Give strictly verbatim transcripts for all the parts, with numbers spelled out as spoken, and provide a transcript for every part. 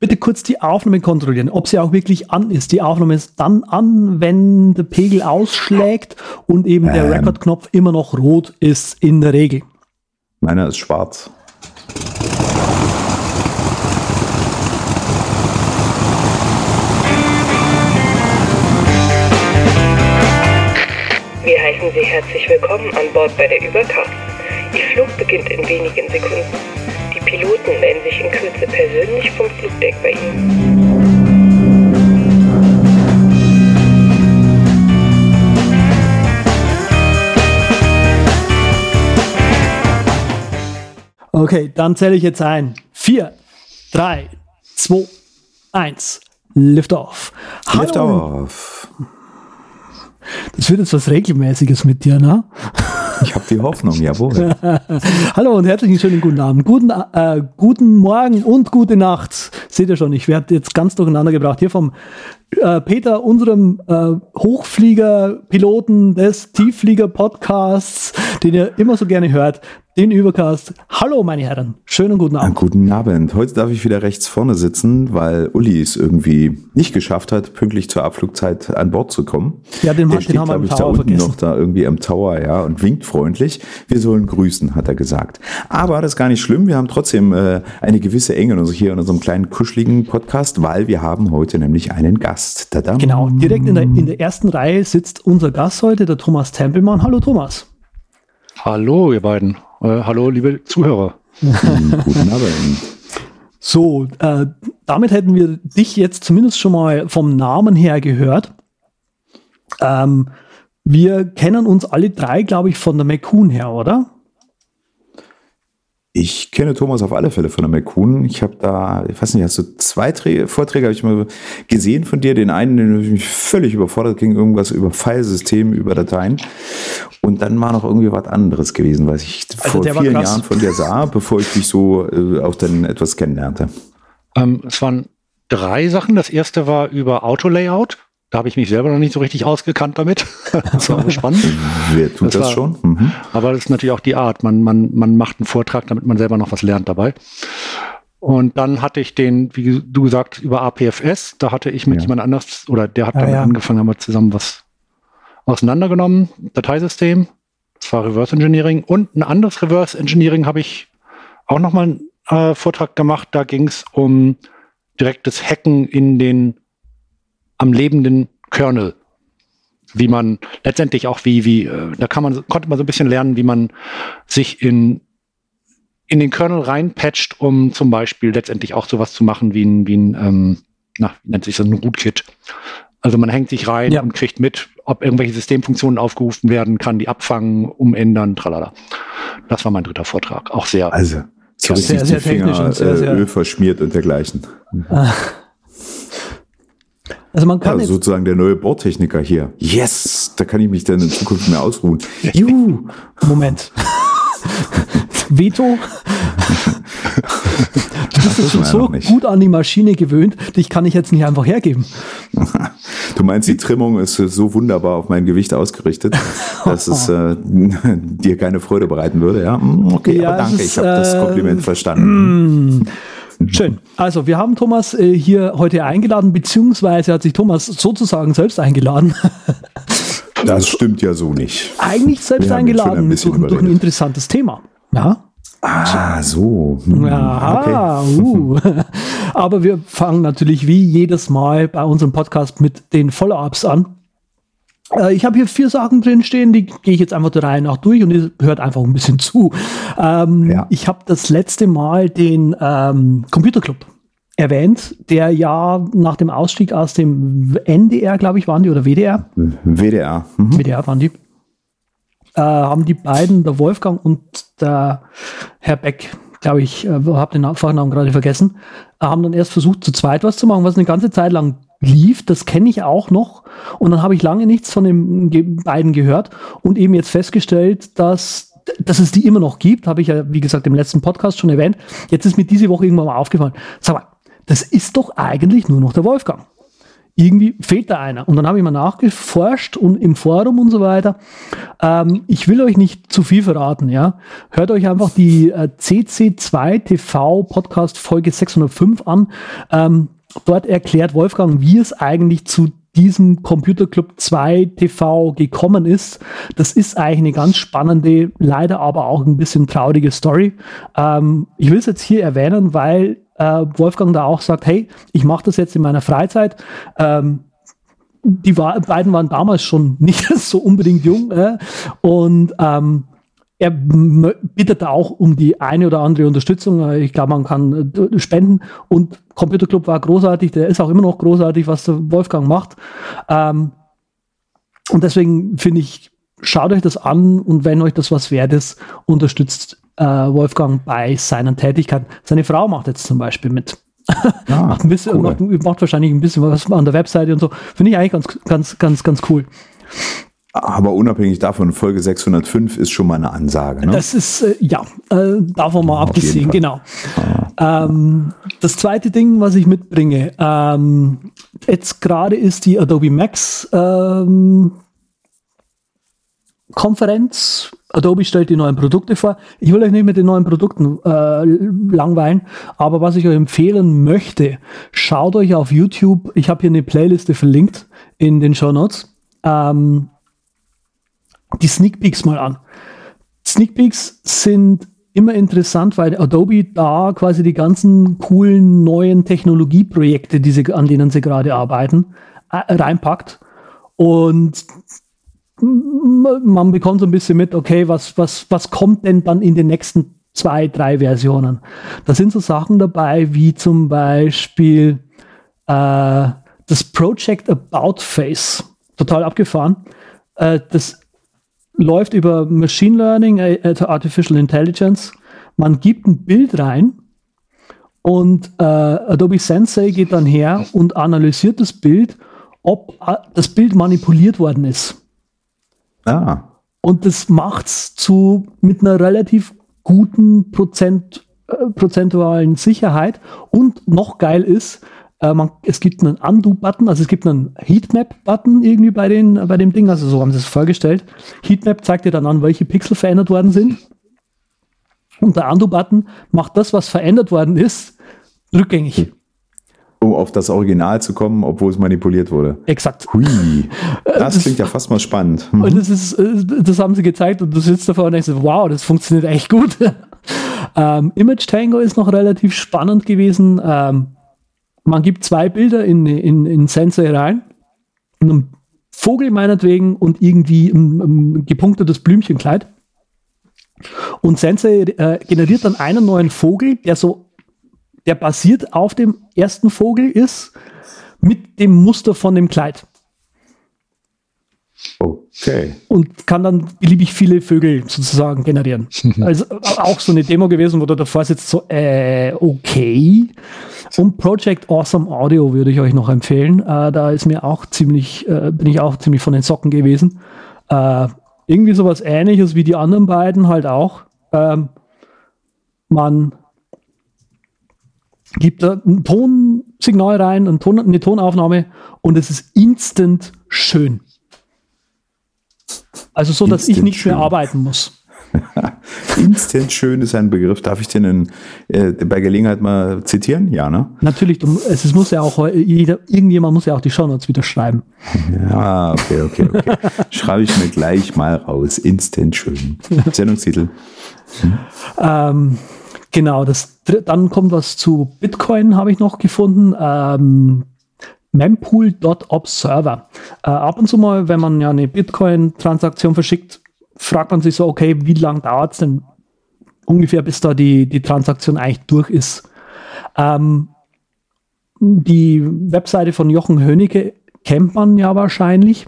bitte kurz die Aufnahme kontrollieren, ob sie auch wirklich an ist. Die Aufnahme ist dann an, wenn der Pegel ausschlägt und eben ähm. der Record-Knopf immer noch rot ist in der Regel. Meiner ist schwarz. Wir heißen Sie herzlich willkommen an Bord bei der Übercast. Ihr Flug beginnt in wenigen Sekunden. Die Piloten melden sich in Kürze persönlich vom Flugdeck bei Ihnen. Okay, dann zähle ich jetzt ein. Vier, drei, zwei, eins. Lift off. Lift off. Das wird jetzt was Regelmäßiges mit dir, ne? Ich habe die Hoffnung, jawohl. Hallo und herzlichen schönen guten Abend, guten, äh, guten Morgen und gute Nacht. Seht ihr schon, ich werde jetzt ganz durcheinander gebracht. Hier vom äh, Peter, unserem äh, Hochflieger-Piloten des Tiefflieger-Podcasts, den ihr immer so gerne hört, den Übercast. Hallo meine Herren, schönen guten Abend. Guten Abend. Heute darf ich wieder rechts vorne sitzen, weil Uli es irgendwie nicht geschafft hat, pünktlich zur Abflugzeit an Bord zu kommen. Ja, den, Der den steht, haben wir im ich, Tower da unten vergessen. noch da irgendwie am Tower, ja, und winkt freundlich. Wir sollen grüßen, hat er gesagt. Aber das ist gar nicht schlimm. Wir haben trotzdem äh, eine gewisse Enge also hier in unserem kleinen kuscheligen Podcast, weil wir haben heute nämlich einen Gast. Tadam. Genau, direkt in der, in der ersten Reihe sitzt unser Gast heute, der Thomas Tempelmann. Hallo Thomas. Hallo ihr beiden. Äh, hallo liebe Zuhörer. Guten Abend. So, äh, damit hätten wir dich jetzt zumindest schon mal vom Namen her gehört. Ähm, wir kennen uns alle drei, glaube ich, von der McCoon her, oder? Ich kenne Thomas auf alle Fälle von der McCoon. Ich habe da, ich weiß nicht, hast du zwei Trä- Vorträge habe ich mal gesehen von dir. Den einen, den habe ich mich völlig überfordert, ging irgendwas über Filesystem, über Dateien. Und dann war noch irgendwie was anderes gewesen, was ich Also vor vielen Jahren von dir sah, bevor ich dich so äh, auch dann etwas kennenlernte. Ähm, es waren drei Sachen. Das erste war über Autolayout. Da habe ich mich selber noch nicht so richtig ausgekannt damit. Das war spannend. Wer tut das, das war, schon? Mhm. Aber das ist natürlich auch die Art. Man, man, man macht einen Vortrag, damit man selber noch was lernt dabei. Und dann hatte ich den, wie du gesagt, über A P F S. Da hatte ich mit ja. jemand anders, oder der hat ja, damit ja. angefangen, haben wir zusammen was auseinandergenommen. Dateisystem. Das war Reverse Engineering. Und ein anderes Reverse Engineering habe ich auch nochmal einen äh, Vortrag gemacht. Da ging es um direktes Hacken in den am lebenden Kernel, wie man letztendlich auch wie, wie, äh, da kann man, konnte man so ein bisschen lernen, wie man sich in, in den Kernel reinpatcht, um zum Beispiel letztendlich auch sowas zu machen wie ein, wie ein, ähm, na, wie nennt sich das, ein Rootkit. Also man hängt sich rein ja. und kriegt mit, ob irgendwelche Systemfunktionen aufgerufen werden, kann die abfangen, umändern, tralala. Das war mein dritter Vortrag. Auch sehr, also, so richtig sehr, sehr die Finger, technisch und sehr, sehr äh, Öl verschmiert und dergleichen. Also man kann ja, sozusagen der neue Bordtechniker hier. Yes, da kann ich mich dann in Zukunft mehr ausruhen. Juhu. Moment. Veto. Du bist jetzt schon so gut an die Maschine gewöhnt, dich kann ich jetzt nicht einfach hergeben. Du meinst, die Trimmung ist so wunderbar auf mein Gewicht ausgerichtet, dass es äh, dir keine Freude bereiten würde. Ja, okay, ja, aber danke, ist, ich habe äh, das Kompliment verstanden. Mh. Schön. Also, wir haben Thomas äh, hier heute eingeladen, beziehungsweise hat sich Thomas sozusagen selbst eingeladen. Das stimmt ja so nicht. Eigentlich selbst eingeladen durch, durch ein interessantes Thema. Ja. Ah, so. Hm, Aha, okay. uh. Aber wir fangen natürlich wie jedes Mal bei unserem Podcast mit den Follow-ups an. Ich habe hier vier Sachen drin stehen, die gehe ich jetzt einfach der Reihe nach durch und ihr hört einfach ein bisschen zu. Ähm, ja. Ich habe das letzte Mal den ähm, Computerclub erwähnt, der ja nach dem Ausstieg aus dem N D R, glaube ich, waren die, oder W D R? W D R. Mhm. W D R waren die. Äh, haben die beiden, der Wolfgang und der Herr Beck, glaube ich, äh, habe den Vornamen gerade vergessen, äh, haben dann erst versucht, zu zweit was zu machen, was eine ganze Zeit lang lief, das kenne ich auch noch. Und dann habe ich lange nichts von den ge- beiden gehört und eben jetzt festgestellt, dass, dass es die immer noch gibt. Habe ich ja, wie gesagt, im letzten Podcast schon erwähnt. Jetzt ist mir diese Woche irgendwann mal aufgefallen. Sag mal, das ist doch eigentlich nur noch der Wolfgang. irgendwie fehlt da einer. Und dann habe ich mal nachgeforscht und im Forum und so weiter. Ähm, ich will euch nicht zu viel verraten, ja. Hört euch einfach die äh, C C zwei T V Podcast Folge sechshundertfünf an. Ähm, dort erklärt Wolfgang, wie es eigentlich zu diesem Computerclub zwei T V gekommen ist. Das ist eigentlich eine ganz spannende, leider aber auch ein bisschen traurige Story. Ähm, ich will es jetzt hier erwähnen, weil äh, Wolfgang da auch sagt, hey, ich mache das jetzt in meiner Freizeit. Ähm, die war, beiden waren damals schon nicht so unbedingt jung äh, und ähm, er bittet auch um die eine oder andere Unterstützung. Ich glaube, man kann äh, spenden. Und Computer Club war großartig. Der ist auch immer noch großartig, was der Wolfgang macht. Ähm, und deswegen finde ich, schaut euch das an. Und wenn euch das was wert ist, unterstützt äh, Wolfgang bei seinen Tätigkeiten. Seine Frau macht jetzt zum Beispiel mit. Ah, macht, ein bisschen, cool. macht, macht wahrscheinlich ein bisschen was an der Webseite und so. Finde ich eigentlich ganz, ganz, ganz, ganz cool. Aber unabhängig davon, Folge sechshundertfünf ist schon mal eine Ansage. Ne? Das ist, äh, ja, äh, davon mal Auf abgesehen, genau. Ah. Ähm, das zweite Ding, was ich mitbringe, ähm, jetzt gerade ist die Adobe Max ähm, Konferenz. Adobe stellt die neuen Produkte vor. Ich will euch nicht mit den neuen Produkten äh, langweilen, aber was ich euch empfehlen möchte, schaut euch auf YouTube, ich habe hier eine Playliste verlinkt in den Shownotes, ähm, die Sneak Peeks mal an. Sneak Peeks sind immer interessant, weil Adobe da quasi die ganzen coolen neuen Technologieprojekte, die sie, an denen sie gerade arbeiten, äh, reinpackt. Und man bekommt so ein bisschen mit, okay, was, was, was kommt denn dann in den nächsten zwei, drei Versionen? Da sind so Sachen dabei, wie zum Beispiel äh, das Project About Face. Total abgefahren. Äh, das läuft über Machine Learning, äh, Artificial Intelligence. Man gibt ein Bild rein und äh, Adobe Sensei geht dann her und analysiert das Bild, ob äh, das Bild manipuliert worden ist. Ah. Und das macht's zu mit einer relativ guten Prozent, äh, prozentualen Sicherheit. Und noch geil ist, äh, man, es gibt einen Undo-Button, also es gibt einen Heatmap-Button irgendwie bei, den, bei dem Ding, also so haben sie es vorgestellt. Heatmap zeigt dir dann an, welche Pixel verändert worden sind. Und der Undo-Button macht das, was verändert worden ist, rückgängig. Um auf das Original zu kommen, obwohl es manipuliert wurde. Exakt. Hui. Das, das klingt ja fast mal spannend. Mhm. Und das ist, das haben sie gezeigt und du sitzt davor und denkst, wow, das funktioniert echt gut. ähm, Image Tango ist noch relativ spannend gewesen. Ähm, man gibt zwei Bilder in, in, in Sensei rein. Einen Vogel meinetwegen und irgendwie ein, ein gepunktetes Blümchenkleid. Und Sensei äh, generiert dann einen neuen Vogel, der so der basiert auf dem ersten Vogel ist, mit dem Muster von dem Kleid. Okay. Und kann dann beliebig viele Vögel sozusagen generieren. Also auch so eine Demo gewesen, wo du davor sitzt, so, äh, okay. Und Project Awesome Audio würde ich euch noch empfehlen. Äh, da ist mir auch ziemlich, äh, bin ich auch ziemlich von den Socken gewesen. Äh, irgendwie sowas Ähnliches wie die anderen beiden halt auch. Ähm, man gibt da ein Tonsignal rein, ein Ton, eine Tonaufnahme und es ist instant schön. Also so, dass instant ich nicht schön. mehr arbeiten muss. Instant schön ist ein Begriff. Darf ich den in, äh, bei Gelegenheit mal zitieren? Ja, ne? Natürlich. Du, es, es muss ja auch jeder, irgendjemand muss ja auch die Shownotes wieder schreiben. Ja, okay, okay, okay. Schreibe ich mir gleich mal raus. Instant schön. Sendungstitel. Hm. Ähm, Genau, das, dann kommt was zu Bitcoin, habe ich noch gefunden. Ähm, mempool Punkt observer. Äh, ab und zu mal, wenn man ja eine Bitcoin-Transaktion verschickt, fragt man sich so, okay, wie lange dauert es denn ungefähr, bis da die, die Transaktion eigentlich durch ist? Ähm, die Webseite von Jochen Hönicke kennt man ja wahrscheinlich.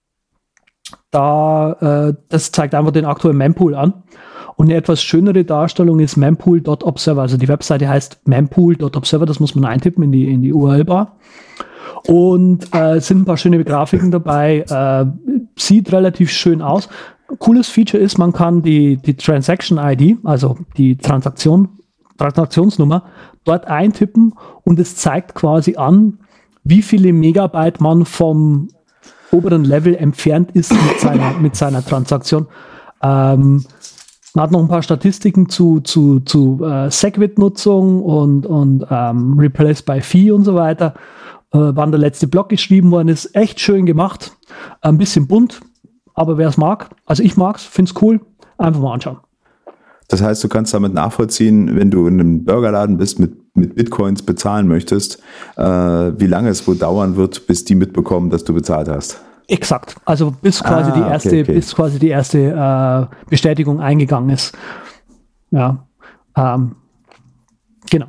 Da, äh, das zeigt einfach den aktuellen Mempool an. Und eine etwas schönere Darstellung ist mempool Punkt observer. Also die Webseite heißt mempool Punkt observer, das muss man eintippen in die, in die U R L-Bar. Und äh, sind ein paar schöne Grafiken dabei. Äh, sieht relativ schön aus. Cooles Feature ist, man kann die, die Transaction I D, also die Transaktion, Transaktionsnummer, dort eintippen und es zeigt quasi an, wie viele Megabyte man vom oberen Level entfernt ist mit seiner, mit seiner Transaktion. Ähm, man hat noch ein paar Statistiken zu, zu, zu äh, Segwit-Nutzung und, und ähm, Replace by Fee und so weiter. Äh, wann der letzte Blog geschrieben worden ist. Echt schön gemacht. Ein bisschen bunt, aber wer es mag, also ich mag es, finde es cool, einfach mal anschauen. Das heißt, du kannst damit nachvollziehen, wenn du in einem Burgerladen bist, mit, mit Bitcoins bezahlen möchtest, äh, wie lange es wohl dauern wird, bis die mitbekommen, dass du bezahlt hast. Exakt. Also bis quasi Ah, die erste, okay, okay. bis quasi die erste äh, Bestätigung eingegangen ist. Ja. Ähm, genau.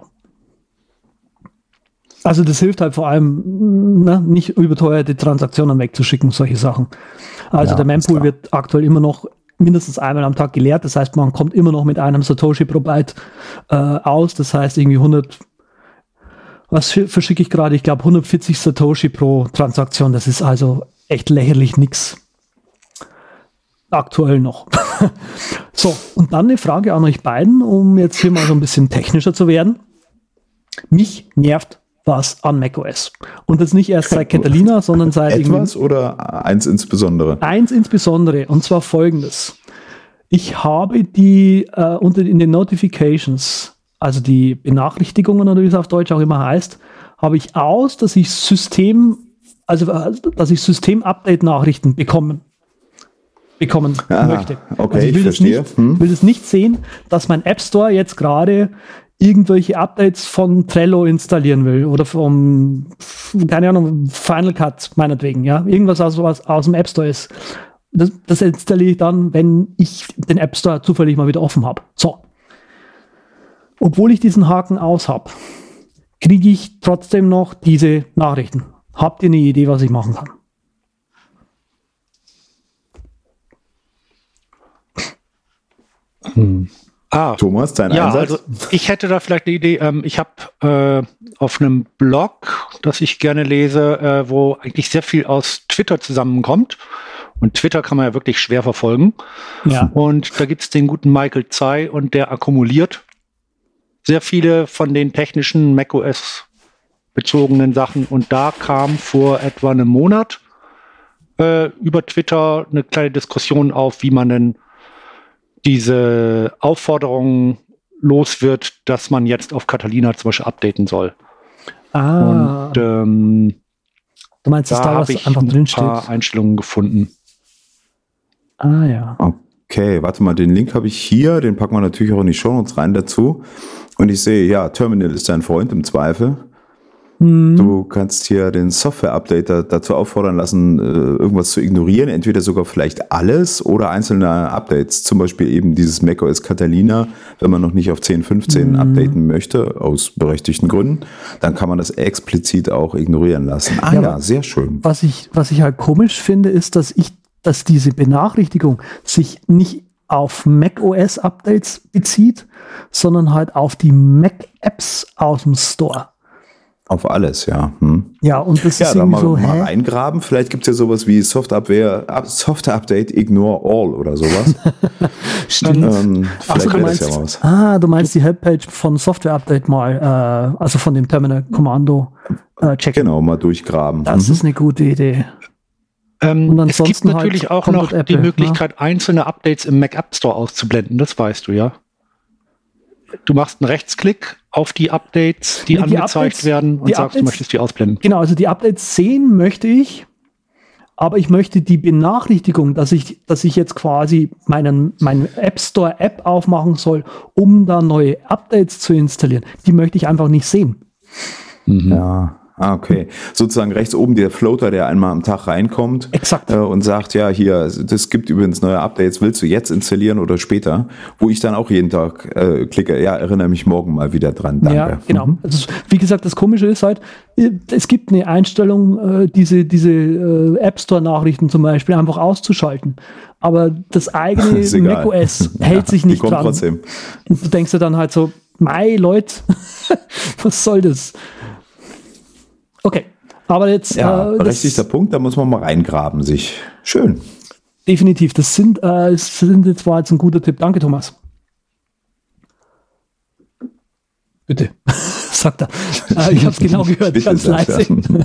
Also das hilft halt vor allem, ne, nicht überteuerte Transaktionen wegzuschicken, solche Sachen. Also Ja, der ist Mempool klar. wird aktuell immer noch mindestens einmal am Tag geleert. Das heißt, man kommt immer noch mit einem Satoshi pro Byte äh, aus. Das heißt irgendwie hundert, was sch- verschicke ich gerade? Ich glaube hundertvierzig Satoshi pro Transaktion. Das ist also echt lächerlich nix. Aktuell noch. So, und dann eine Frage an euch beiden, um jetzt hier mal so ein bisschen technischer zu werden. Mich nervt was an macOS. Und das nicht erst seit Catalina, sondern seit Etwas irgendwie oder eins insbesondere? eins insbesondere, und zwar folgendes. Ich habe die äh, unter in den Notifications, also die Benachrichtigungen oder wie es auf Deutsch auch immer heißt, habe ich aus, dass ich System, also äh, dass ich System-Update-Nachrichten bekommen bekommen Ah, möchte. okay, also ich will ich das verstehe. nicht, Hm. will das nicht sehen, dass mein App Store jetzt gerade irgendwelche Updates von Trello installieren will oder vom, keine Ahnung, Final Cut meinetwegen, ja, irgendwas aus, was aus dem App Store ist. Das, das installiere ich dann, wenn ich den App Store zufällig mal wieder offen habe. So. Obwohl ich diesen Haken aus habe, kriege ich trotzdem noch diese Nachrichten. Habt ihr eine Idee, was ich machen kann? Ah, Thomas, dein ja, Einsatz? also ich hätte da vielleicht eine Idee. Ähm, ich habe äh, auf einem Blog, das ich gerne lese, äh, wo eigentlich sehr viel aus Twitter zusammenkommt. Und Twitter kann man ja wirklich schwer verfolgen. Ja. Und da gibt es den guten Michael Tsai und der akkumuliert sehr viele von den technischen macOS-bezogenen Sachen. Und da kam vor etwa einem Monat äh, über Twitter eine kleine Diskussion auf, wie man denn diese Aufforderung los wird, dass man jetzt auf Catalina zum Beispiel updaten soll. Ah, Und ähm, du meinst, dass da da habe was ich einfach ein drin paar steht? Einstellungen gefunden. Ah ja. Okay, warte mal, den Link habe ich hier, den packen wir natürlich auch in die Shownotes rein dazu. Und ich sehe, ja, Terminal ist dein Freund im Zweifel. Hm. Du kannst hier den Software-Updater dazu auffordern lassen, äh, irgendwas zu ignorieren, entweder sogar vielleicht alles oder einzelne Updates, zum Beispiel eben dieses macOS Catalina, wenn man noch nicht auf zehn Punkt fünfzehn Mhm. updaten möchte, aus berechtigten Gründen, dann kann man das explizit auch ignorieren lassen. Ah Ja, ja, aber- sehr schön. Was ich, was ich halt komisch finde, ist, dass ich, dass diese Benachrichtigung sich nicht auf macOS-Updates bezieht, sondern halt auf die Mac-Apps aus dem Store. Auf alles, ja. Hm. Ja, und das Ja, ist da irgendwie mal, so, mal hä? reingraben. Vielleicht gibt es ja sowas wie Software, Software Update Ignore All oder sowas. Stimmt. ähm, Ach vielleicht so, du wäre das meinst, ja mal was. ah, du meinst die Helppage von Software Update mal, äh, also von dem Terminal Kommando äh, checken. Genau, mal durchgraben. Das Mhm. ist eine gute Idee. Ähm, Und es gibt ansonsten natürlich halt auch kommt noch dort die Apple, Möglichkeit, einzelne Updates im Mac App Store auszublenden. Das weißt du, ja. Du machst einen Rechtsklick auf die Updates, die Nee, die angezeigt Updates- werden und die sagst, du Updates- möchtest die ausblenden. Genau, also die Updates sehen möchte ich, aber ich möchte die Benachrichtigung, dass ich, dass ich jetzt quasi meinen, meinen App Store App aufmachen soll, um da neue Updates zu installieren, die möchte ich einfach nicht sehen. Ja, ah, okay. Sozusagen rechts oben der Floater, der einmal am Tag reinkommt. Exakt. Äh, und sagt, ja, hier, das gibt übrigens neue Updates, willst du jetzt installieren oder später? Wo ich dann auch jeden Tag äh, klicke, ja, erinnere mich morgen mal wieder dran, danke. Ja, genau. Also, wie gesagt, das Komische ist halt, es gibt eine Einstellung, äh, diese, diese äh, App Store-Nachrichten zum Beispiel einfach auszuschalten. Aber das eigene Ist egal. macOS hält sich Die nicht kommt dran. trotzdem. Und du denkst dir dann halt so, mei, Leute, was soll das? Okay, aber jetzt Ja, äh, das, berechtigter Punkt, da muss man mal reingraben sich. Schön. definitiv, das sind, äh, das sind jetzt war jetzt ein guter Tipp. Danke, Thomas. Bitte. sagt er. Äh, ich habe es genau gehört, Bitte, ganz leise.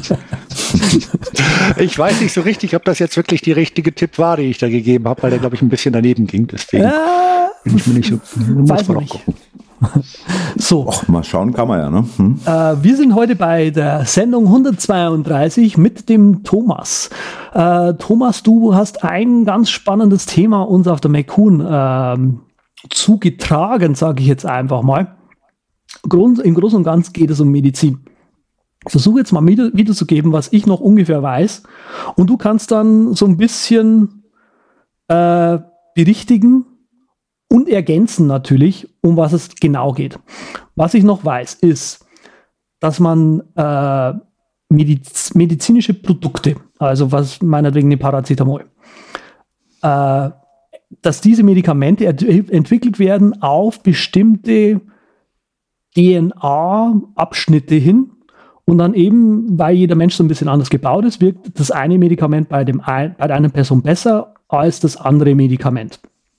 Ich weiß nicht so richtig, ob das jetzt wirklich die richtige Tipp war, die ich da gegeben habe, weil der, glaube ich, ein bisschen daneben ging. Deswegen äh, bin ich mir nicht so. Weiß man nicht. So. Och, mal schauen kann man ja, ne? Hm? Äh, wir sind heute bei der Sendung hundertzweiunddreißig mit dem Thomas. Äh, Thomas, du hast ein ganz spannendes Thema uns auf der McCoon ähm, zugetragen, sage ich jetzt einfach mal. Grund, Im Großen und Ganzen geht es um Medizin. Ich versuche jetzt mal wieder, wiederzugeben, was ich noch ungefähr weiß. Und du kannst dann so ein bisschen äh, berichtigen und ergänzen natürlich, um was es genau geht. Was ich noch weiß, ist, dass man äh, Mediz- medizinische Produkte, also was meinetwegen eine Paracetamol, äh, dass diese Medikamente ent- entwickelt werden auf bestimmte D N A-Abschnitte hin und dann eben, weil jeder Mensch so ein bisschen anders gebaut ist, wirkt das eine Medikament bei, dem ein, bei einer Person besser als das andere Medikament.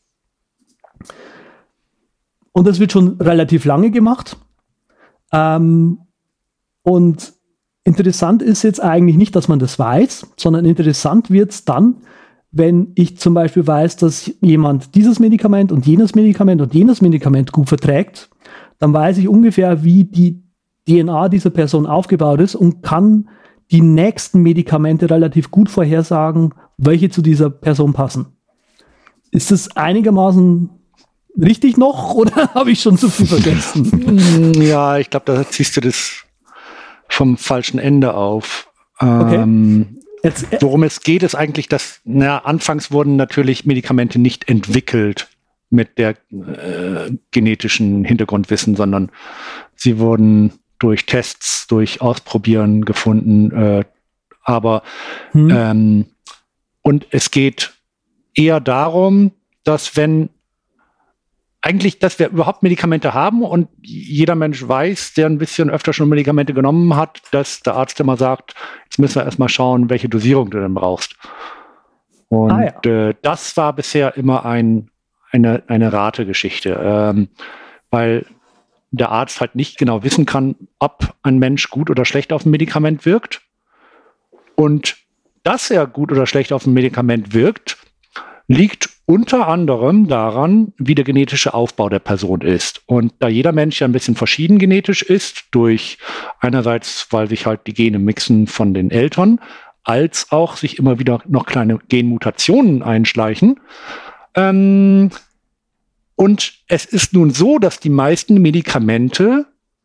Und das wird schon relativ lange gemacht. Ähm, und interessant ist jetzt eigentlich nicht, dass man das weiß, sondern interessant wird es dann, wenn ich zum Beispiel weiß, dass jemand dieses Medikament und jenes Medikament und jenes Medikament gut verträgt, dann weiß ich ungefähr, wie die D N A dieser Person aufgebaut ist und kann die nächsten Medikamente relativ gut vorhersagen, welche zu dieser Person passen. Ist das einigermaßen richtig noch oder habe ich schon zu viel vergessen? Ja, ich glaube, da ziehst du das vom falschen Ende auf. Okay. Ähm, Jetzt, äh, worum es geht, ist eigentlich, dass na, anfangs wurden natürlich Medikamente nicht entwickelt mit der äh, genetischen Hintergrundwissen, sondern sie wurden durch Tests, durch Ausprobieren gefunden. Äh, aber hm. ähm, und es geht eher darum, dass wenn eigentlich, dass wir überhaupt Medikamente haben und jeder Mensch weiß, der ein bisschen öfter schon Medikamente genommen hat, dass der Arzt immer sagt, jetzt müssen wir erstmal schauen, welche Dosierung du denn brauchst. Und Ah, ja. äh, das war bisher immer ein, eine, eine Rategeschichte, ähm, weil der Arzt halt nicht genau wissen kann, ob ein Mensch gut oder schlecht auf ein Medikament wirkt. Und dass er gut oder schlecht auf ein Medikament wirkt, liegt unter anderem daran, wie der genetische Aufbau der Person ist. Und da jeder Mensch ja ein bisschen verschieden genetisch ist, durch einerseits, weil sich halt die Gene mixen von den Eltern, als auch sich immer wieder noch kleine Genmutationen einschleichen. Ähm, und es ist nun so, dass die meisten Medikamente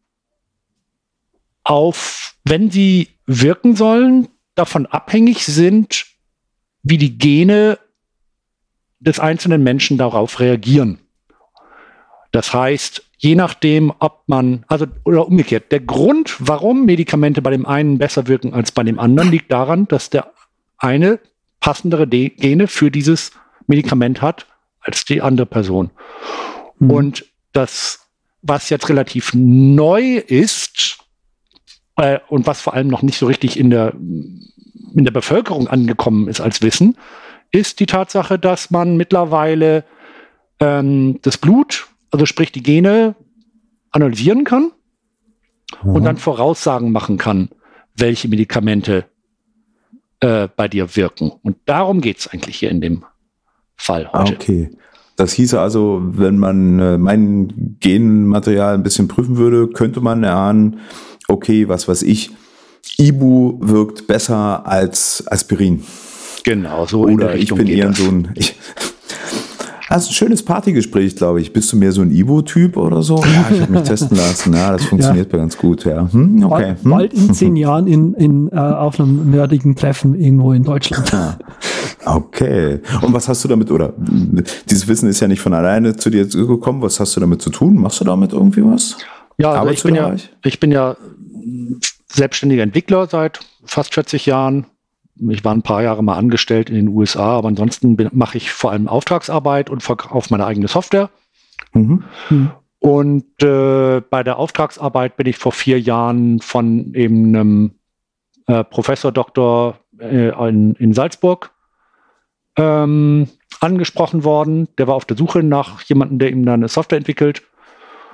auf, wenn sie wirken sollen, davon abhängig sind, wie die Gene des einzelnen Menschen darauf reagieren. Das heißt, je nachdem, ob man, also oder umgekehrt, der Grund, warum Medikamente bei dem einen besser wirken als bei dem anderen, liegt daran, dass der eine passendere De- Gene für dieses Medikament hat als die andere Person. Mhm. Und das, was jetzt relativ neu ist äh, und was vor allem noch nicht so richtig in der, in der Bevölkerung angekommen ist als Wissen, ist die Tatsache, dass man mittlerweile ähm, das Blut, also sprich die Gene, analysieren kann mhm. und dann Voraussagen machen kann, welche Medikamente äh, bei dir wirken. Und darum geht es eigentlich hier in dem Fall heute. Okay. Das hieße also, wenn man äh, mein Genmaterial ein bisschen prüfen würde, könnte man erahnen, okay, was weiß ich, Ibu wirkt besser als Aspirin. Genau, so Oder in der Richtung ich bin geht eher das. so ein... Ich, das ist ein schönes Partygespräch, glaube ich. Bist du mehr so ein Ibu-Typ oder so? Ja, ich habe mich testen lassen. Ja, das funktioniert ja. ganz gut. Ja. Hm, okay. Bald, bald in zehn Jahren in, in, äh, auf einem nerdigen Treffen irgendwo in Deutschland. Ja. Okay. Und was hast du damit, oder dieses Wissen ist ja nicht von alleine zu dir gekommen. Was hast du damit zu tun? Machst du damit irgendwie was? Ja, also ich bin ja, ich bin ja selbstständiger Entwickler seit fast vierzig Jahren. Ich war ein paar Jahre mal angestellt in den U S A, aber ansonsten mache ich vor allem Auftragsarbeit und verkaufe meine eigene Software. Mhm. Mhm. Und äh, bei der Auftragsarbeit bin ich vor vier Jahren von eben einem äh, Professor Doktor äh, in, in Salzburg ähm, angesprochen worden. Der war auf der Suche nach jemandem, der ihm dann eine Software entwickelt.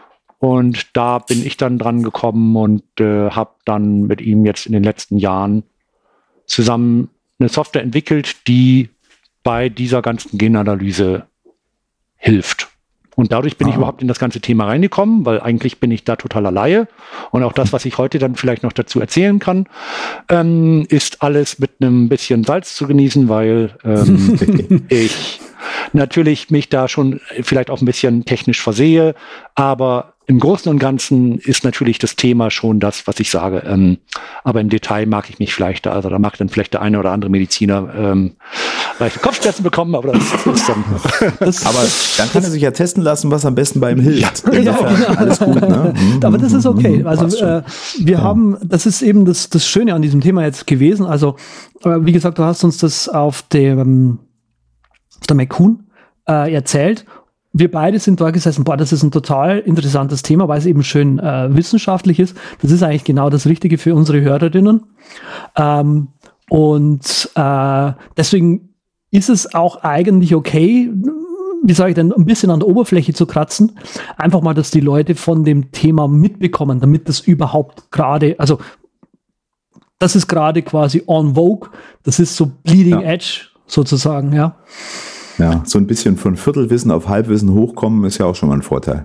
Und da bin ich dann dran gekommen und äh, habe dann mit ihm jetzt in den letzten Jahren zusammen eine Software entwickelt, die bei dieser ganzen Genanalyse hilft. Und dadurch bin ah. ich überhaupt in das ganze Thema reingekommen, weil eigentlich bin ich da total Laie. Und auch das, was ich heute dann vielleicht noch dazu erzählen kann, ähm, ist alles mit einem bisschen Salz zu genießen, weil ähm, ich natürlich mich da schon vielleicht auch ein bisschen technisch versehe, aber im Großen und Ganzen ist natürlich das Thema schon das, was ich sage. Ähm, aber im Detail mag ich mich vielleicht, also da mag dann vielleicht der eine oder andere Mediziner ähm, leichte Kopfschmerzen bekommen, aber das ist dann. Das, aber dann kann er sich ja testen lassen, was am besten bei ihm hilft. Ja, ja, genau. Alles gut, ne? Aber das ist okay. Also äh, wir ja. haben, das ist eben das, das Schöne an diesem Thema jetzt gewesen. Also äh, wie gesagt, du hast uns das auf dem auf der McCoon äh, erzählt. Wir beide sind da gesessen, boah, das ist ein total interessantes Thema, weil es eben schön äh, wissenschaftlich ist. Das ist eigentlich genau das Richtige für unsere Hörerinnen. Ähm, und äh, deswegen ist es auch eigentlich okay, wie sage ich denn, ein bisschen an der Oberfläche zu kratzen. Einfach mal, dass die Leute von dem Thema mitbekommen, damit das überhaupt gerade, also das ist gerade quasi on vogue, das ist so bleeding ja. edge sozusagen, ja. Ja, so ein bisschen von Viertelwissen auf Halbwissen hochkommen ist ja auch schon mal ein Vorteil.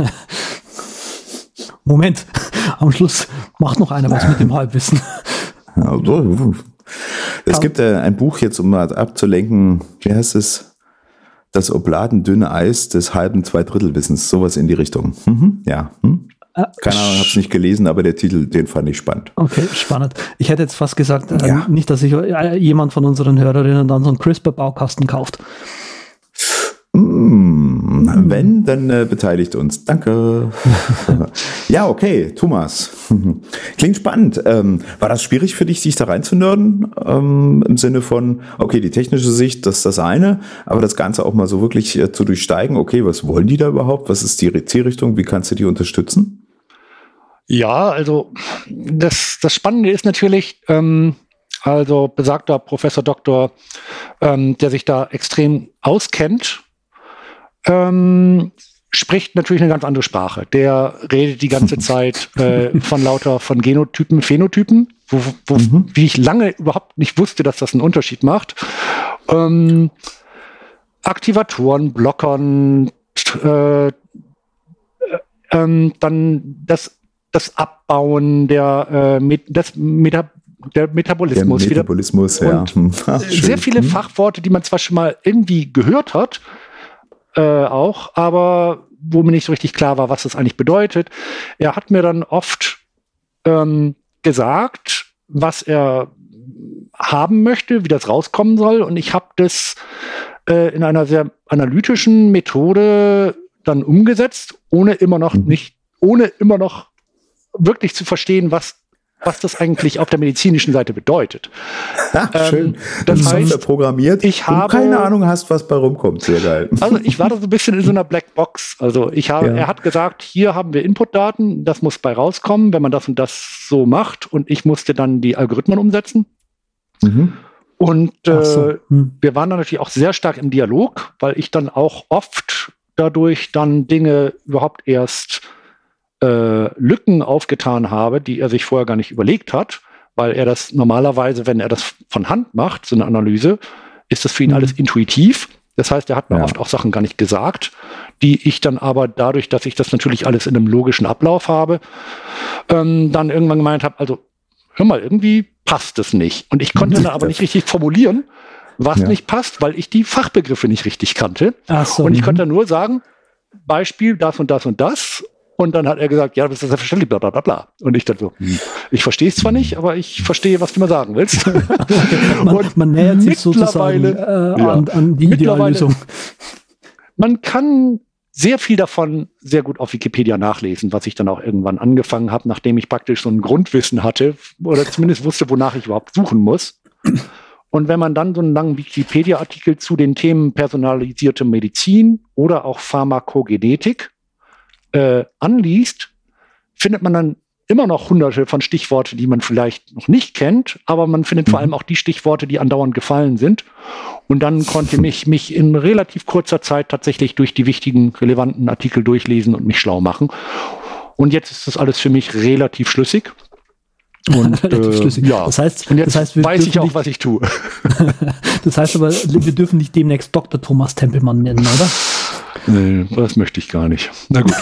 Moment, am Schluss macht noch einer was mit dem Halbwissen. Ja, so. Es gibt äh, ein Buch jetzt, um mal abzulenken, wie heißt es? Das obladendünne Eis des halben Zweidrittelwissens, sowas in die Richtung. Mhm, ja. Hm? Keine Ahnung, habe es nicht gelesen, aber der Titel, den fand ich spannend. Okay, spannend. Ich hätte jetzt fast gesagt, äh, ja. nicht, dass sich äh, jemand von unseren Hörerinnen dann so einen CRISPR-Baukasten kauft. Mm, wenn, dann äh, beteiligt uns. Danke. Ja, okay, Thomas. Klingt spannend. Ähm, war das schwierig für dich, sich da reinzunörden? Ähm, Im Sinne von, okay, die technische Sicht, das ist das eine, aber das Ganze auch mal so wirklich äh, zu durchsteigen. Okay, was wollen die da überhaupt? Was ist die Zielrichtung? Wie kannst du die unterstützen? Ja, also das, das Spannende ist natürlich, ähm, also besagter Professor Doktor, ähm, der sich da extrem auskennt, ähm, spricht natürlich eine ganz andere Sprache. Der redet die ganze Zeit äh, von lauter von Genotypen, Phänotypen, wo, wo, mhm. wie ich lange überhaupt nicht wusste, dass das einen Unterschied macht. Ähm, Aktivatoren, Blockern, äh, äh, ähm, dann das das Abbauen der, äh, des Meta, der Metabolismus. Der Metabolismus, wieder. Und ja. Ach, sehr viele hm. Fachworte, die man zwar schon mal irgendwie gehört hat, äh, auch, aber wo mir nicht so richtig klar war, was das eigentlich bedeutet. Er hat mir dann oft ähm, gesagt, was er haben möchte, wie das rauskommen soll. Und ich habe das äh, in einer sehr analytischen Methode dann umgesetzt, ohne immer noch hm. nicht, ohne immer noch wirklich zu verstehen, was, was das eigentlich auf der medizinischen Seite bedeutet. Ja, ähm, schön. Das du heißt, hast programmiert, ich habe keine Ahnung hast, was bei rumkommt. Sehr geil. Also ich war da so ein bisschen in so einer Blackbox. Also ich habe, ja. er hat gesagt, hier haben wir Inputdaten, das muss bei rauskommen, wenn man das und das so macht. Und ich musste dann die Algorithmen umsetzen. Mhm. Und äh, so. hm. wir waren dann natürlich auch sehr stark im Dialog, weil ich dann auch oft dadurch dann Dinge überhaupt erst Lücken aufgetan habe, die er sich vorher gar nicht überlegt hat, weil er das normalerweise, wenn er das von Hand macht, so eine Analyse, ist das für ihn mhm. alles intuitiv. Das heißt, er hat mir ja. oft auch Sachen gar nicht gesagt, die ich dann aber dadurch, dass ich das natürlich alles in einem logischen Ablauf habe, ähm, dann irgendwann gemeint habe, also hör mal, irgendwie passt es nicht. Und ich konnte dann aber nicht richtig formulieren, was ja. nicht passt, weil ich die Fachbegriffe nicht richtig kannte. Ach so, und ich konnte dann nur sagen, Beispiel das und das und das. Und dann hat er gesagt, ja, das ist selbstverständlich, bla, bla, bla, bla. Und ich dann so, hm, ich verstehe es zwar nicht, aber ich verstehe, was du mir sagen willst. man, und man nähert sich sozusagen äh, ja, an, an die Ideallösung. Man kann sehr viel davon sehr gut auf Wikipedia nachlesen, was ich dann auch irgendwann angefangen habe, nachdem ich praktisch so ein Grundwissen hatte oder zumindest wusste, wonach ich überhaupt suchen muss. Und wenn man dann so einen langen Wikipedia-Artikel zu den Themen personalisierte Medizin oder auch Pharmakogenetik Äh, anliest, findet man dann immer noch hunderte von Stichworte, die man vielleicht noch nicht kennt, aber man findet vor allem auch die Stichworte, die andauernd gefallen sind. Und dann konnte ich mich in relativ kurzer Zeit tatsächlich durch die wichtigen, relevanten Artikel durchlesen und mich schlau machen. Und jetzt ist das alles für mich relativ schlüssig. Und relativ äh, schlüssig. ja, Das heißt, und jetzt das heißt, wir weiß ich auch, nicht, was ich tue. Das heißt aber, wir dürfen nicht demnächst Doktor Thomas Tempelmann nennen, oder? Nee, das möchte ich gar nicht. Na gut.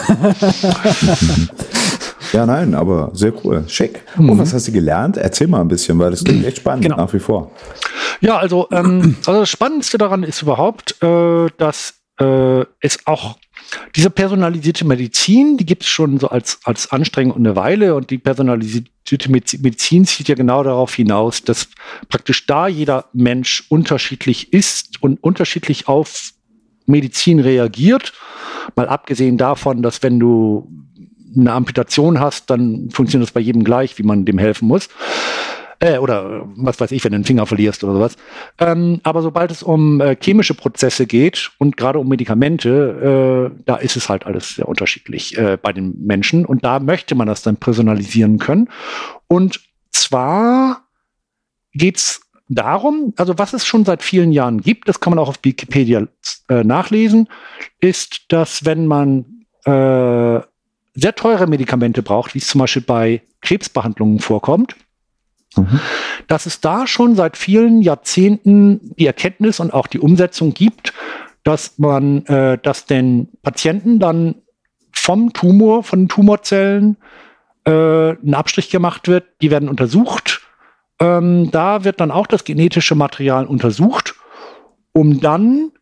Ja, nein, aber sehr cool. Schick. Mhm. Und was hast du gelernt? Erzähl mal ein bisschen, weil das klingt echt spannend Genau. nach wie vor. Ja, also, ähm, also das Spannendste daran ist überhaupt, äh, dass äh, es auch diese personalisierte Medizin, die gibt es schon so als, als Anstrengung eine Weile, und die personalisierte Medizin zieht ja genau darauf hinaus, dass praktisch da jeder Mensch unterschiedlich ist und unterschiedlich auf Medizin reagiert. Mal abgesehen davon, dass wenn du eine Amputation hast, dann funktioniert das bei jedem gleich, wie man dem helfen muss. Äh, oder was weiß ich, wenn du einen Finger verlierst oder sowas. Ähm, aber sobald es um äh, chemische Prozesse geht und gerade um Medikamente, äh, da ist es halt alles sehr unterschiedlich äh, bei den Menschen. Und da möchte man das dann personalisieren können. Und zwar geht's darum, also was es schon seit vielen Jahren gibt, das kann man auch auf Wikipedia äh, nachlesen, ist, dass wenn man äh, sehr teure Medikamente braucht, wie es zum Beispiel bei Krebsbehandlungen vorkommt, mhm. dass es da schon seit vielen Jahrzehnten die Erkenntnis und auch die Umsetzung gibt, dass man, äh, dass den Patienten dann vom Tumor, von den Tumorzellen äh, ein Abstrich gemacht wird, die werden untersucht. Ähm, da wird dann auch das genetische Material untersucht, um dann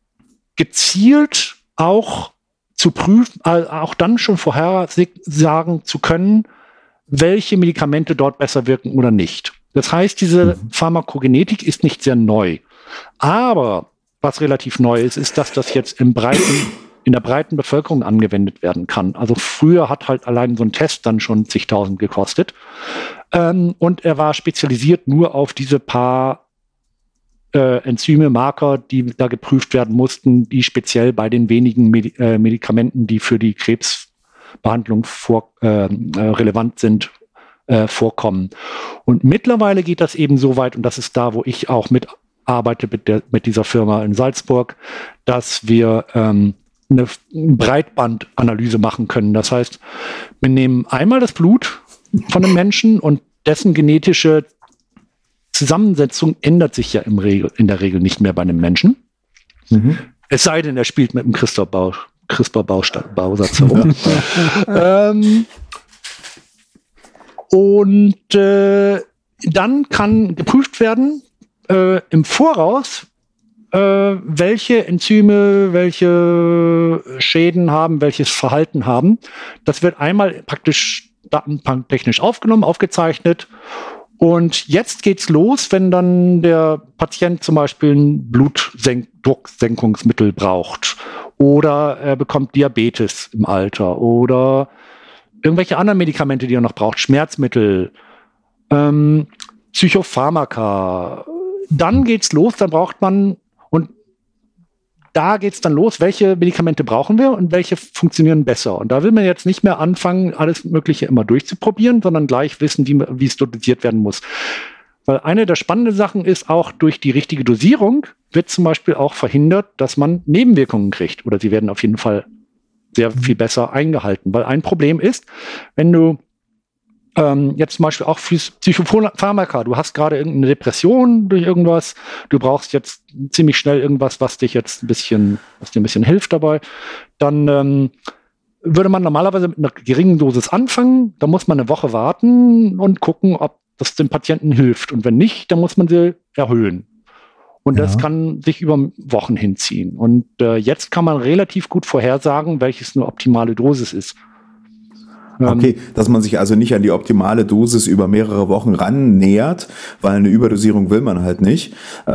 gezielt auch zu prüfen, äh, auch dann schon vorhersagen zu können, welche Medikamente dort besser wirken oder nicht. Das heißt, diese mhm. Pharmakogenetik ist nicht sehr neu. Aber was relativ neu ist, ist, dass das jetzt im breiten, in der breiten Bevölkerung angewendet werden kann. Also früher hat halt allein so ein Test dann schon zigtausend gekostet. Ähm, und er war spezialisiert nur auf diese paar Äh, Enzyme, Marker, die da geprüft werden mussten, die speziell bei den wenigen Medi- äh, Medikamenten, die für die Krebsbehandlung vor, äh, äh, relevant sind, äh, vorkommen. Und mittlerweile geht das eben so weit, und das ist da, wo ich auch mitarbeite mit, der, mit dieser Firma in Salzburg, dass wir ähm, eine Breitbandanalyse machen können. Das heißt, wir nehmen einmal das Blut von einem Menschen und dessen genetische Zusammensetzung ändert sich ja im Regel, in der Regel nicht mehr bei einem Menschen. Mhm. Es sei denn, er spielt mit einem CRISPR-Bausatz herum. ähm, und äh, dann kann geprüft werden äh, im Voraus, äh, welche Enzyme, welche Schäden haben, welches Verhalten haben. Das wird einmal praktisch datenbanktechnisch aufgenommen, aufgezeichnet. Und jetzt geht's los, wenn dann der Patient zum Beispiel ein Blutdrucksenkungsmittel braucht oder er bekommt Diabetes im Alter oder irgendwelche anderen Medikamente, die er noch braucht, Schmerzmittel, ähm, Psychopharmaka. Dann geht's los, dann braucht man, und da geht's dann los, welche Medikamente brauchen wir und welche funktionieren besser. Und da will man jetzt nicht mehr anfangen, alles Mögliche immer durchzuprobieren, sondern gleich wissen, wie, wie es dosiert werden muss. Weil eine der spannenden Sachen ist, auch durch die richtige Dosierung wird zum Beispiel auch verhindert, dass man Nebenwirkungen kriegt. Oder sie werden auf jeden Fall sehr viel besser eingehalten. Weil ein Problem ist, wenn du Ähm, jetzt zum Beispiel auch für Psychopharmaka. Du hast gerade irgendeine Depression durch irgendwas. Du brauchst jetzt ziemlich schnell irgendwas, was dich jetzt ein bisschen, was dir ein bisschen hilft dabei. Dann ähm, würde man normalerweise mit einer geringen Dosis anfangen. Da muss man eine Woche warten und gucken, ob das dem Patienten hilft. Und wenn nicht, dann muss man sie erhöhen. Und ja. das kann sich über Wochen hinziehen. Und äh, jetzt kann man relativ gut vorhersagen, welches eine optimale Dosis ist. Okay, dass man sich also nicht an die optimale Dosis über mehrere Wochen rannähert, weil eine Überdosierung will man halt nicht. Äh,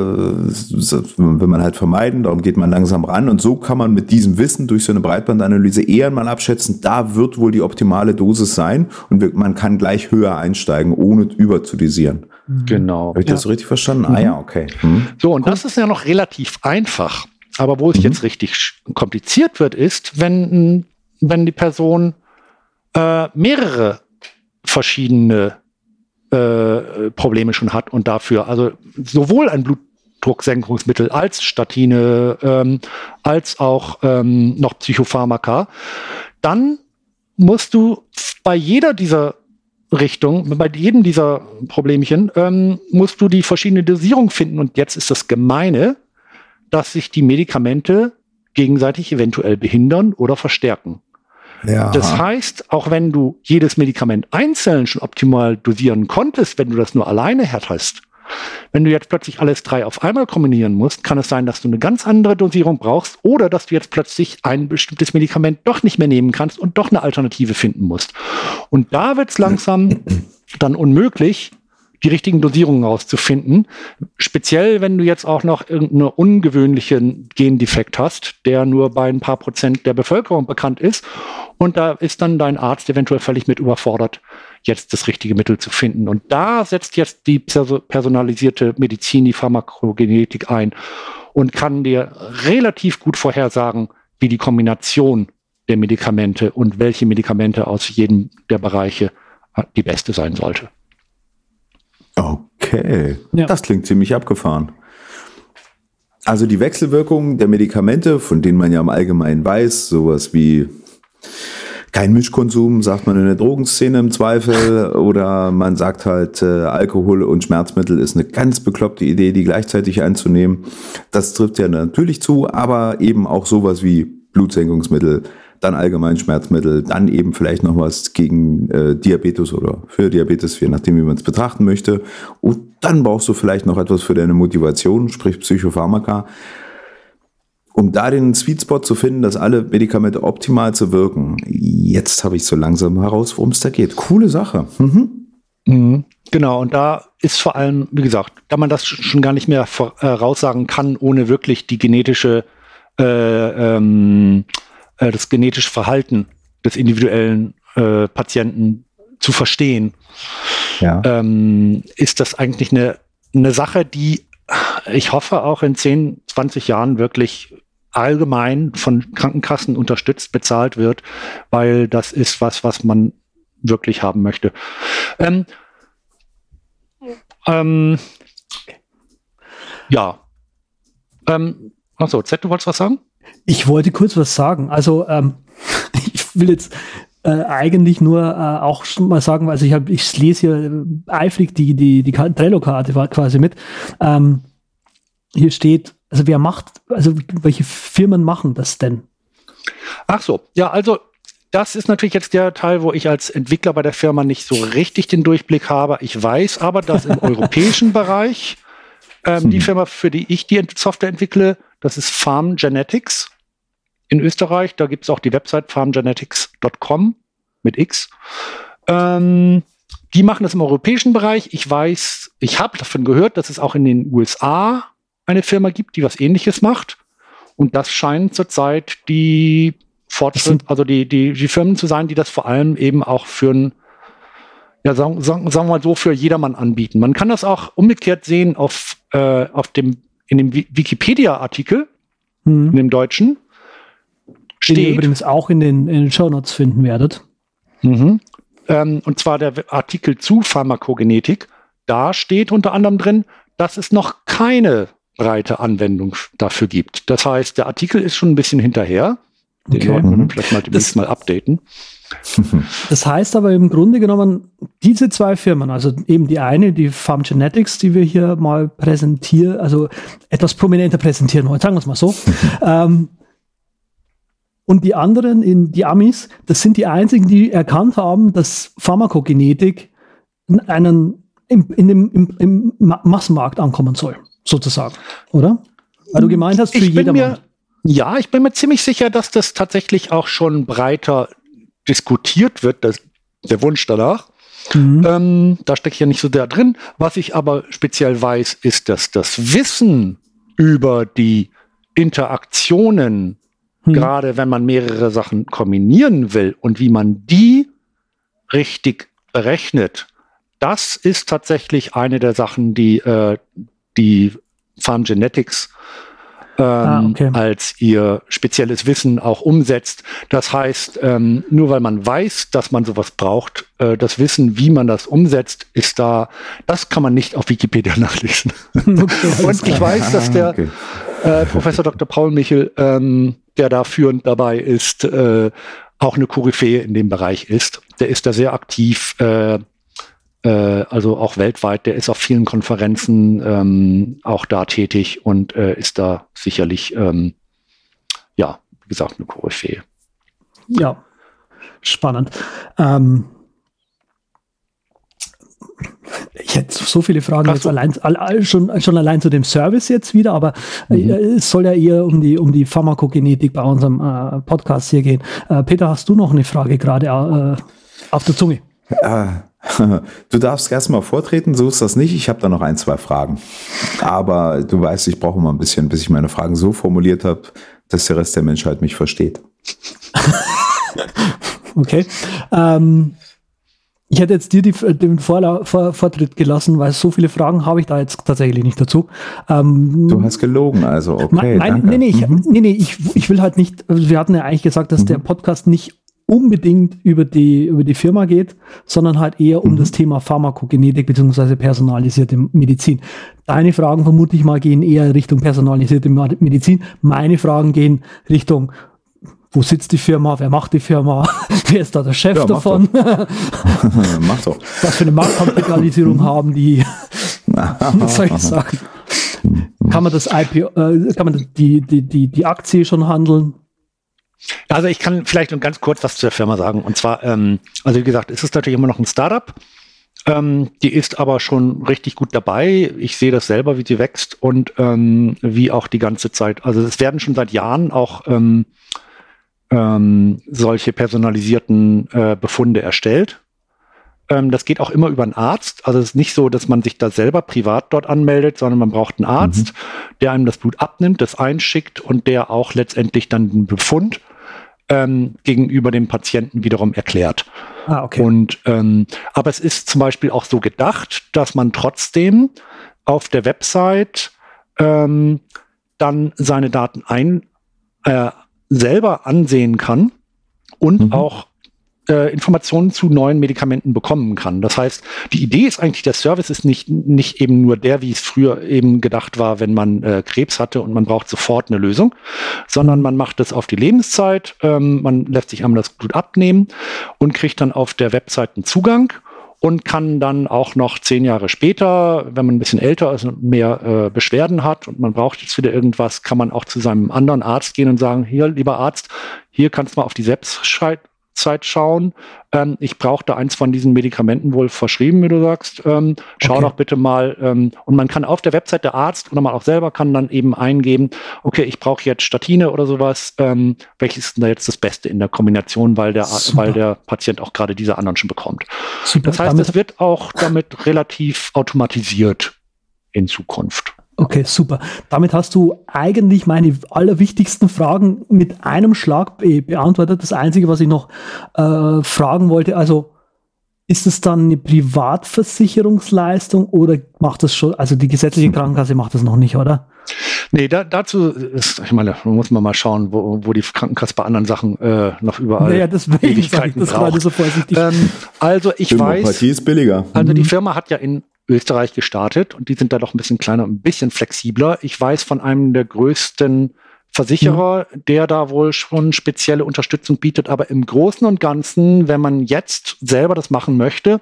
will man halt vermeiden, darum geht man langsam ran. Und so kann man mit diesem Wissen durch so eine Breitbandanalyse eher mal abschätzen, da wird wohl die optimale Dosis sein und man kann gleich höher einsteigen, ohne überzudosieren. Genau. Habe ich das ja. so richtig verstanden? Mhm. Ah ja, okay. Mhm. So, und cool. Das ist ja noch relativ einfach. Aber wo es mhm. jetzt richtig kompliziert wird, ist, wenn, wenn die Person Äh, mehrere verschiedene äh, Probleme schon hat und dafür, also sowohl ein Blutdrucksenkungsmittel als Statine, ähm, als auch ähm, noch Psychopharmaka, dann musst du bei jeder dieser Richtung, bei jedem dieser Problemchen, ähm, musst du die verschiedene Dosierung finden. Und jetzt ist das Gemeine, dass sich die Medikamente gegenseitig eventuell behindern oder verstärken. Ja. Das heißt, auch wenn du jedes Medikament einzeln schon optimal dosieren konntest, wenn du das nur alleine hattest, wenn du jetzt plötzlich alles drei auf einmal kombinieren musst, kann es sein, dass du eine ganz andere Dosierung brauchst oder dass du jetzt plötzlich ein bestimmtes Medikament doch nicht mehr nehmen kannst und doch eine Alternative finden musst. Und da wird es langsam dann unmöglich, die richtigen Dosierungen rauszufinden. Speziell, wenn du jetzt auch noch irgendeinen ungewöhnlichen Gendefekt hast, der nur bei ein paar Prozent der Bevölkerung bekannt ist. Und da ist dann dein Arzt eventuell völlig mit überfordert, jetzt das richtige Mittel zu finden. Und da setzt jetzt die personalisierte Medizin, die Pharmakogenetik ein und kann dir relativ gut vorhersagen, wie die Kombination der Medikamente und welche Medikamente aus jedem der Bereiche die beste sein sollte. Okay, ja. Das klingt ziemlich abgefahren. Also die Wechselwirkung der Medikamente, von denen man ja im Allgemeinen weiß, sowas wie kein Mischkonsum, sagt man in der Drogenszene im Zweifel, oder man sagt halt, äh, Alkohol und Schmerzmittel ist eine ganz bekloppte Idee, die gleichzeitig einzunehmen. Das trifft ja natürlich zu, aber eben auch sowas wie Blutsenkungsmittel, dann allgemein Schmerzmittel, dann eben vielleicht noch was gegen äh, Diabetes oder für Diabetes, je nachdem, wie man es betrachten möchte. Und dann brauchst du vielleicht noch etwas für deine Motivation, sprich Psychopharmaka. Um da den Sweet Spot zu finden, dass alle Medikamente optimal zu wirken. Jetzt habe ich so langsam heraus, worum es da geht. Coole Sache. Mhm. Mhm. Genau, und da ist vor allem, wie gesagt, da man das schon gar nicht mehr voraussagen kann, ohne wirklich die genetische äh, ähm, das genetische Verhalten des individuellen äh, Patienten zu verstehen, ja. ähm, ist das eigentlich eine, eine Sache, die ich hoffe auch in zehn, zwanzig Jahren wirklich allgemein von Krankenkassen unterstützt, bezahlt wird, weil das ist was, was man wirklich haben möchte. Ähm, ähm, ja. Ähm, achso, Z, du wolltest was sagen? Ich wollte kurz was sagen. Also ähm, ich will jetzt äh, eigentlich nur äh, auch schon mal sagen, also ich habe, ich lese hier äh, eifrig die die die Trello-Karte quasi mit. Ähm, hier steht, also wer macht, also welche Firmen machen das denn? Ach so, ja, also das ist natürlich jetzt der Teil, wo ich als Entwickler bei der Firma nicht so richtig den Durchblick habe. Ich weiß aber, dass im europäischen Bereich ähm, hm. die Firma, für die ich die Software entwickle, das ist Farm Genetics in Österreich. Da gibt es auch die Website farm genetics dot com mit X. Ähm, die machen das im europäischen Bereich. Ich weiß, ich habe davon gehört, dass es auch in den U S A eine Firma gibt, die was Ähnliches macht. Und das scheinen zurzeit die Fortschritt, also die, die, die Firmen zu sein, die das vor allem eben auch für ein, ja, sagen, sagen, sagen wir mal so, für jedermann anbieten. Man kann das auch umgekehrt sehen auf, äh, auf dem, in dem Wikipedia-Artikel, hm. in dem Deutschen. Den ihr übrigens auch in den, in den Shownotes finden werdet. Mhm. Ähm, und zwar der Artikel zu Pharmakogenetik. Da steht unter anderem drin, dass es noch keine breite Anwendung dafür gibt. Das heißt, der Artikel ist schon ein bisschen hinterher. Den okay. sollten wir vielleicht mal demnächst mal updaten. Das heißt aber im Grunde genommen, diese zwei Firmen, also eben die eine, die Farm Genetics, die wir hier mal präsentieren, also etwas prominenter präsentieren wollen, sagen wir es mal so. ähm, und die anderen, in die Amis, das sind die einzigen, die erkannt haben, dass Pharmakogenetik in, einen, in, in dem, im, im Massenmarkt ankommen soll, sozusagen, oder? Weil du gemeint hast, für jedermann. Ja, ich bin mir ziemlich sicher, dass das tatsächlich auch schon breiter diskutiert wird, das, der Wunsch danach. Mhm. Ähm, da stecke ich ja nicht so sehr drin. Was ich aber speziell weiß, ist, dass das Wissen über die Interaktionen, mhm. gerade wenn man mehrere Sachen kombinieren will und wie man die richtig berechnet, das ist tatsächlich eine der Sachen, die äh, die Farm Genetics Ähm, ah, okay. als ihr spezielles Wissen auch umsetzt. Das heißt, ähm, nur weil man weiß, dass man sowas braucht, äh, das Wissen, wie man das umsetzt, ist da, das kann man nicht auf Wikipedia nachlesen. Okay, und ich weiß, dass der okay. äh, Professor Doktor Paul Michel, ähm, der da führend dabei ist, äh, auch eine Koryphäe in dem Bereich ist. Der ist da sehr aktiv, äh, äh, also auch weltweit. Der ist auf vielen Konferenzen ähm, auch da tätig und äh, ist da sicherlich, ähm, ja, wie gesagt, eine Koryphäe. Ja, spannend. Ähm, ich hätte so viele Fragen jetzt so. allein, all, schon, schon allein zu dem Service jetzt wieder, aber mhm. äh, es soll ja eher um die, um die Pharmakogenetik bei unserem äh, Podcast hier gehen. Äh, Peter, hast du noch eine Frage gerade äh, auf der Zunge? Ja, du darfst erstmal vortreten, so ist das nicht. Ich habe da noch ein, zwei Fragen. Aber du weißt, ich brauche mal ein bisschen, bis ich meine Fragen so formuliert habe, dass der Rest der Menschheit mich versteht. Okay. Ähm, ich hätte jetzt dir die, den Vorla- Vor- Vortritt gelassen, weil so viele Fragen habe ich da jetzt tatsächlich nicht dazu. Ähm, du hast gelogen, also okay, nein, danke. Nee, nee, ich, mhm. nee, nee ich, ich will halt nicht, also wir hatten ja eigentlich gesagt, dass mhm. der Podcast nicht unbedingt über die, über die Firma geht, sondern halt eher um mhm. das Thema Pharmakogenetik bzw. personalisierte Medizin. Deine Fragen, vermute ich mal, gehen eher Richtung personalisierte Medizin. Meine Fragen gehen Richtung, wo sitzt die Firma, wer macht die Firma, wer ist da der Chef ja, davon? Mach doch. Was für eine Marktkapitalisierung haben die? Was soll ich sagen? Kann man das I P O, äh, kann man die, die, die, die Aktie schon handeln? Also ich kann vielleicht noch ganz kurz was zur Firma sagen. Und zwar, ähm, also wie gesagt, es ist natürlich immer noch ein Startup. Ähm, die ist aber schon richtig gut dabei. Ich sehe das selber, wie sie wächst und ähm, wie auch die ganze Zeit. Also es werden schon seit Jahren auch ähm, ähm, solche personalisierten äh, Befunde erstellt. Ähm, das geht auch immer über einen Arzt. Also es ist nicht so, dass man sich da selber privat dort anmeldet, sondern man braucht einen Arzt, mhm. der einem das Blut abnimmt, das einschickt und der auch letztendlich dann den Befund ähm, gegenüber dem Patienten wiederum erklärt. Ah, okay. Und, ähm, aber es ist zum Beispiel auch so gedacht, dass man trotzdem auf der Website ähm, dann seine Daten ein, äh, selber ansehen kann und mhm. auch äh, Informationen zu neuen Medikamenten bekommen kann. Das heißt, die Idee ist eigentlich, der Service ist nicht, nicht eben nur der, wie es früher eben gedacht war, wenn man äh, Krebs hatte und man braucht sofort eine Lösung, sondern man macht das auf die Lebenszeit, ähm, man lässt sich einmal das Blut abnehmen und kriegt dann auf der Website einen Zugang und kann dann auch noch zehn Jahre später, wenn man ein bisschen älter ist und mehr äh, Beschwerden hat und man braucht jetzt wieder irgendwas, kann man auch zu seinem anderen Arzt gehen und sagen, hier, lieber Arzt, hier kannst du mal auf die Website schauen. Ähm, ich brauche da eins von diesen Medikamenten wohl verschrieben, wie du sagst. Ähm, schau okay. doch bitte mal. Ähm, und man kann auf der Website, der Arzt oder man auch selber kann dann eben eingeben, okay, ich brauche jetzt Statine oder sowas. Ähm, welches ist denn da jetzt das Beste in der Kombination, weil der, weil der Patient auch gerade diese anderen schon bekommt. Super. Das heißt, es wird auch damit relativ automatisiert in Zukunft. Okay, super. Damit hast du eigentlich meine allerwichtigsten Fragen mit einem Schlag be- beantwortet. Das Einzige, was ich noch äh, fragen wollte, also ist es dann eine Privatversicherungsleistung oder macht das schon, also die gesetzliche Krankenkasse macht das noch nicht, oder? Nee, da, dazu ist, ich meine, muss man mal schauen, wo, wo die Krankenkasse bei anderen Sachen äh, noch überall naja, deswegen Ewigkeiten das braucht. so vorsichtig. Ähm, also ich weiß, ist billiger. Also die Firma hat ja in Österreich gestartet und die sind da doch ein bisschen kleiner, ein bisschen flexibler. Ich weiß von einem der größten Versicherer, mhm. der da wohl schon spezielle Unterstützung bietet, aber im Großen und Ganzen, wenn man jetzt selber das machen möchte,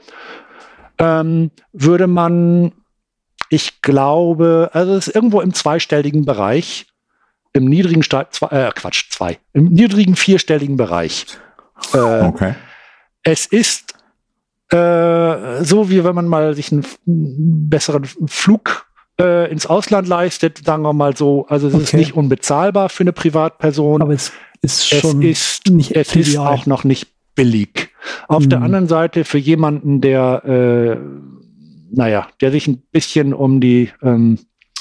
ähm, würde man, ich glaube, also es ist irgendwo im zweistelligen Bereich, im niedrigen, Sta- zwei, äh, Quatsch, zwei, im niedrigen vierstelligen Bereich. Äh, okay. Es ist so wie wenn man mal sich einen besseren Flug äh, ins Ausland leistet, sagen wir mal so. Also es okay. ist nicht unbezahlbar für eine Privatperson. Aber es ist schon es ist, nicht es ist auch noch nicht billig. Auf hm. der anderen Seite für jemanden, der äh, naja, der sich ein bisschen um die ähm,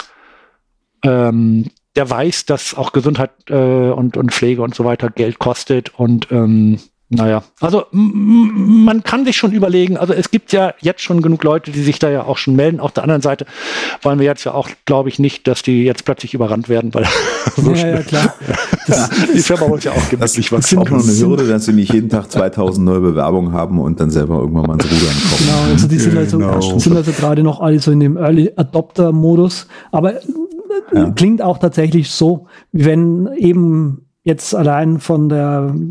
ähm, der weiß, dass auch Gesundheit äh, und, und Pflege und so weiter Geld kostet und ähm, naja, also m- man kann sich schon überlegen, also es gibt ja jetzt schon genug Leute, die sich da ja auch schon melden. Auf der anderen Seite wollen wir jetzt ja auch, glaube ich, nicht, dass die jetzt plötzlich überrannt werden, weil so ja, ja, klar. Das, die Firma muss ja auch gemütlich was. Das ist auch noch eine Hürde, dass sie nicht jeden Tag zweitausend neue Bewerbungen haben und dann selber irgendwann mal ins Rudern kommen. Genau, also die sind also, genau. sind also gerade noch alle so in dem Early Adopter Modus, aber ja. klingt auch tatsächlich so, wie wenn eben jetzt allein von der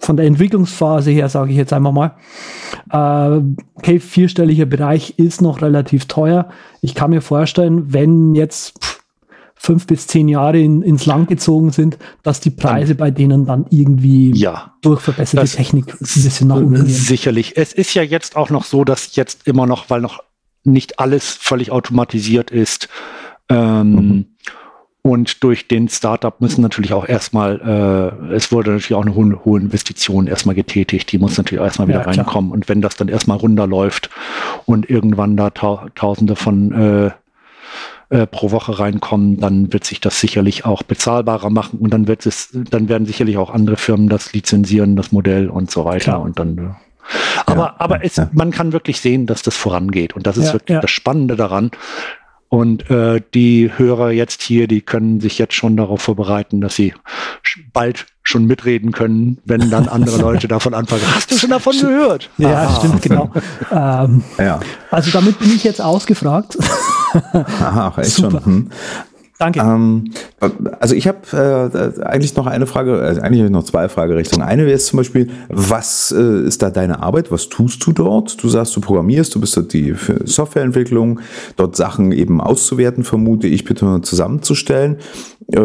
von der Entwicklungsphase her, sage ich jetzt einfach mal, äh, okay, vierstelliger Bereich ist noch relativ teuer. Ich kann mir vorstellen, wenn jetzt pff, fünf bis zehn Jahre in, ins Land gezogen sind, dass die Preise bei denen dann irgendwie ja, durch verbesserte Technik ein bisschen nach unten gehen. Sicherlich. Es ist ja jetzt auch noch so, dass jetzt immer noch, weil noch nicht alles völlig automatisiert ist, ähm, mhm. und durch den Startup müssen natürlich auch erstmal, äh, es wurde natürlich auch eine hohe, hohe Investition erstmal getätigt, die muss natürlich auch erstmal wieder ja, reinkommen. Und wenn das dann erstmal runterläuft und irgendwann da ta- Tausende von äh, äh, pro Woche reinkommen, dann wird sich das sicherlich auch bezahlbarer machen und dann wird es, dann werden sicherlich auch andere Firmen das lizenzieren, das Modell und so weiter. Klar. Und dann, äh, aber, ja, aber es, ja. man kann wirklich sehen, dass das vorangeht und das ist ja, wirklich ja. das Spannende daran. Und äh, die Hörer jetzt hier, die können sich jetzt schon darauf vorbereiten, dass sie bald schon mitreden können, wenn dann andere Leute davon anfangen. Hast du schon davon gehört? Ja, Aha. stimmt, genau. ähm, ja. Also damit bin ich jetzt ausgefragt. Aha, echt Super. schon. Hm. Danke. Ähm, also ich habe äh, eigentlich noch eine Frage, also eigentlich habe ich noch zwei Fragerichtungen. Eine wäre jetzt zum Beispiel, was äh, ist da deine Arbeit? Was tust du dort? Du sagst, du programmierst, du bist dort die für Softwareentwicklung, dort Sachen eben auszuwerten, vermute ich, bitte zusammenzustellen. Äh,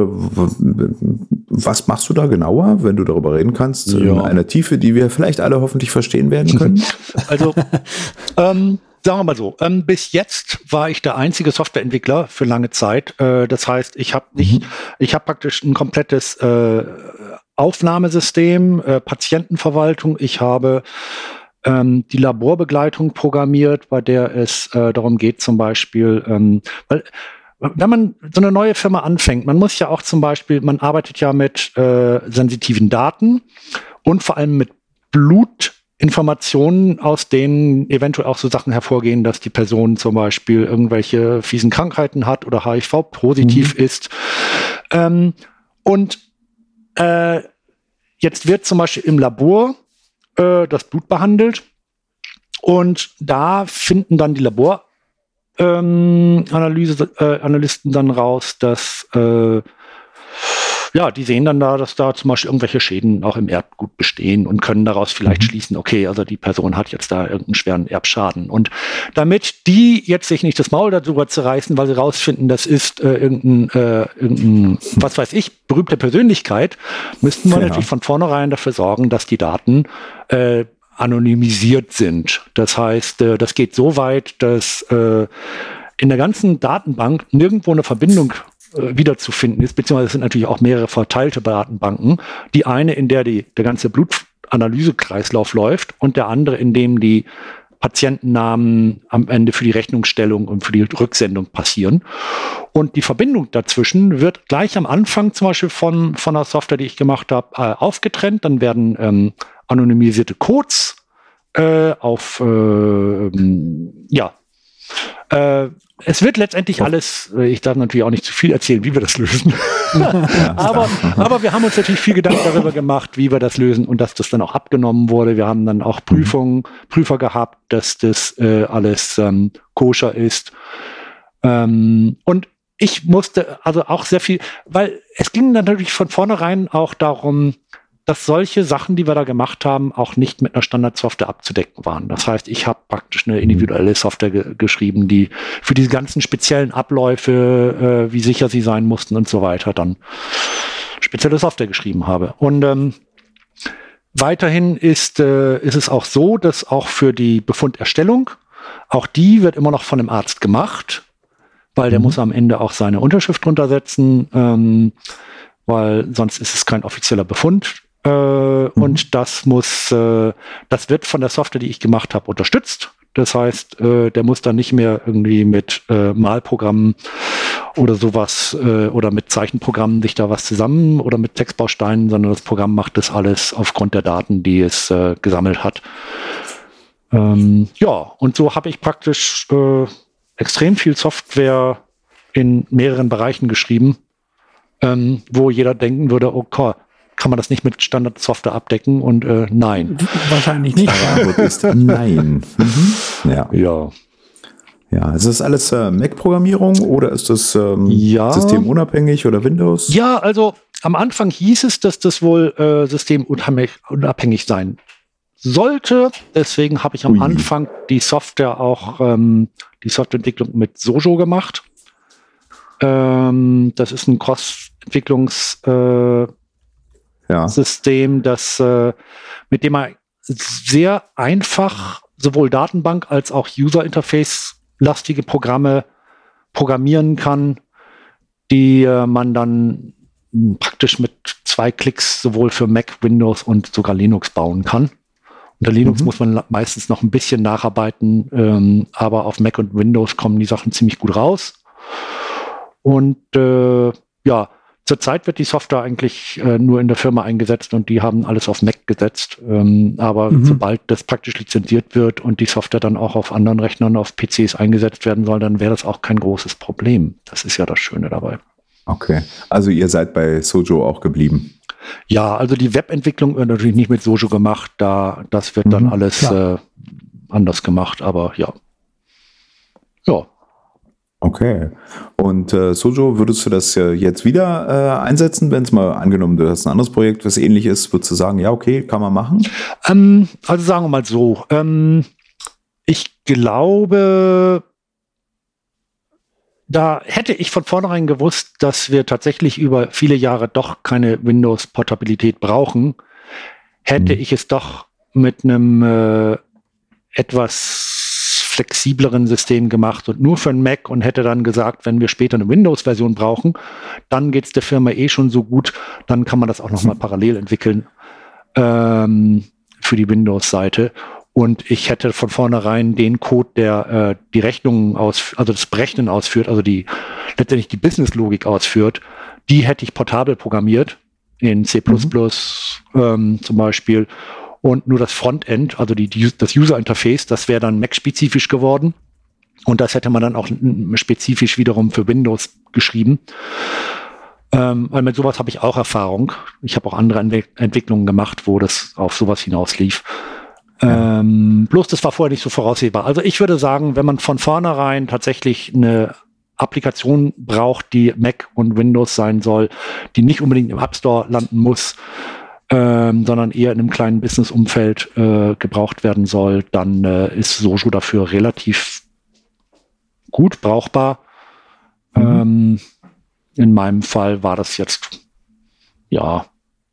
was machst du da genauer, wenn du darüber reden kannst? Ja. In einer Tiefe, die wir vielleicht alle hoffentlich verstehen werden können? Also, ähm, sagen wir mal so, ähm, bis jetzt war ich der einzige Softwareentwickler für lange Zeit. Äh, das heißt, ich habe nicht, mhm. ich habe praktisch ein komplettes äh, Aufnahmesystem, äh, Patientenverwaltung. Ich habe ähm, die Laborbegleitung programmiert, bei der es äh, darum geht, zum Beispiel, ähm, weil wenn man so eine neue Firma anfängt, man muss ja auch zum Beispiel, man arbeitet ja mit äh, sensitiven Daten und vor allem mit Blut. Informationen, aus denen eventuell auch so Sachen hervorgehen, dass die Person zum Beispiel irgendwelche fiesen Krankheiten hat oder H I V-positiv mhm. ist. Ähm, und äh, jetzt wird zum Beispiel im Labor äh, das Blut behandelt und da finden dann die Laboranalyse, äh, Analysten dann raus, dass äh, ja, die sehen dann da, dass da zum Beispiel irgendwelche Schäden auch im Erbgut bestehen und können daraus vielleicht mhm. schließen, okay, also die Person hat jetzt da irgendeinen schweren Erbschaden. Und damit die jetzt sich nicht das Maul darüber zerreißen, weil sie rausfinden, das ist äh, irgendein, äh, irgendein, was weiß ich, berühmte Persönlichkeit, müssten wir ja. natürlich von vornherein dafür sorgen, dass die Daten äh, anonymisiert sind. Das heißt, äh, das geht so weit, dass äh, in der ganzen Datenbank nirgendwo eine Verbindung wiederzufinden ist, beziehungsweise es sind natürlich auch mehrere verteilte Datenbanken. Die eine, in der die, der ganze Blutanalysekreislauf läuft und der andere, in dem die Patientennamen am Ende für die Rechnungsstellung und für die Rücksendung passieren. Und die Verbindung dazwischen wird gleich am Anfang zum Beispiel von, von der Software, die ich gemacht habe, äh, aufgetrennt. Dann werden ähm, anonymisierte Codes äh, auf äh, ja äh, es wird letztendlich alles, ich darf natürlich auch nicht zu viel erzählen, wie wir das lösen, ja, aber, aber wir haben uns natürlich viel Gedanken darüber gemacht, wie wir das lösen und dass das dann auch abgenommen wurde. Wir haben dann auch Prüfungen, Prüfer gehabt, dass das äh, alles ähm, koscher ist. Ähm, und ich musste also auch sehr viel, weil es ging dann natürlich von vornherein auch darum, dass solche Sachen, die wir da gemacht haben, auch nicht mit einer Standardsoftware abzudecken waren. Das heißt, ich habe praktisch eine individuelle Software ge- geschrieben, die für diese ganzen speziellen Abläufe, äh, wie sicher sie sein mussten und so weiter, dann spezielle Software geschrieben habe. Und ähm, weiterhin ist, äh, ist es auch so, dass auch für die Befunderstellung, auch die wird immer noch von dem Arzt gemacht, weil der mhm. muss am Ende auch seine Unterschrift drunter setzen, ähm, weil sonst ist es kein offizieller Befund. Äh, mhm. Und das muss, äh, das wird von der Software, die ich gemacht habe, unterstützt. Das heißt, äh, der muss dann nicht mehr irgendwie mit äh, Malprogrammen oder sowas äh, oder mit Zeichenprogrammen sich da was zusammen oder mit Textbausteinen, sondern das Programm macht das alles aufgrund der Daten, die es äh, gesammelt hat. Ähm, ja, und so habe ich praktisch äh, extrem viel Software in mehreren Bereichen geschrieben, ähm, wo jeder denken würde, okay, kann man das nicht mit Standardsoftware abdecken? Und äh, nein. Wahrscheinlich nicht. Nein. Mhm. Ja. Ja. Ja, ist das alles äh, Mac-Programmierung oder ist das ähm, ja. systemunabhängig oder Windows? Ja, also am Anfang hieß es, dass das wohl äh, systemunabhängig sein sollte. Deswegen habe ich am Ui. Anfang die Software auch, ähm, die Softwareentwicklung mit Sojo gemacht. Ähm, das ist ein Cross-Entwicklungs- äh, ja. System, das, äh, mit dem man sehr einfach sowohl Datenbank als auch User-Interface-lastige Programme programmieren kann, die äh, man dann mh, praktisch mit zwei Klicks sowohl für Mac, Windows und sogar Linux bauen kann. Unter Linux mhm. muss man meistens noch ein bisschen nacharbeiten, ähm, aber auf Mac und Windows kommen die Sachen ziemlich gut raus. Und äh, ja, zurzeit wird die Software eigentlich äh, nur in der Firma eingesetzt und die haben alles auf Mac gesetzt. Ähm, aber mhm. sobald das praktisch lizenziert wird und die Software dann auch auf anderen Rechnern, auf P Cs eingesetzt werden soll, dann wäre das auch kein großes Problem. Das ist ja das Schöne dabei. Okay, also ihr seid bei Sojo auch geblieben? Ja, also die Webentwicklung wird natürlich nicht mit Sojo gemacht. Da, das wird mhm, dann alles äh, anders gemacht, aber ja. Ja. Okay. Und äh, Sojo, würdest du das äh, jetzt wieder äh, einsetzen, wenn es mal angenommen, du hast ein anderes Projekt, was ähnlich ist, würdest du sagen, ja, okay, kann man machen? Ähm, also sagen wir mal so, ähm, ich glaube, da hätte ich von vornherein gewusst, dass wir tatsächlich über viele Jahre doch keine Windows-Portabilität brauchen, hätte hm. ich es doch mit einem äh, etwas flexibleren System gemacht und nur für einen Mac und hätte dann gesagt, wenn wir später eine Windows-Version brauchen, dann geht es der Firma eh schon so gut, dann kann man das auch nochmal parallel entwickeln ähm, für die Windows-Seite. Und ich hätte von vornherein den Code, der äh, die Rechnungen aus, also das Berechnen ausführt, also die letztendlich die Business-Logik ausführt, die hätte ich portabel programmiert in C plus plus mhm. ähm, zum Beispiel. Und nur das Frontend, also die, die, das User-Interface, das wäre dann Mac-spezifisch geworden. Und das hätte man dann auch spezifisch wiederum für Windows geschrieben. Ähm, weil mit sowas habe ich auch Erfahrung. Ich habe auch andere Entwick- Entwicklungen gemacht, wo das auf sowas hinauslief. Ja. Ähm, bloß das war vorher nicht so voraussehbar. Also ich würde sagen, wenn man von vornherein tatsächlich eine Applikation braucht, die Mac und Windows sein soll, die nicht unbedingt im App Store landen muss, Ähm, sondern eher in einem kleinen Business-Umfeld äh, gebraucht werden soll, dann äh, ist Sojo dafür relativ gut brauchbar. Mhm. Ähm, in meinem Fall war das jetzt, ja,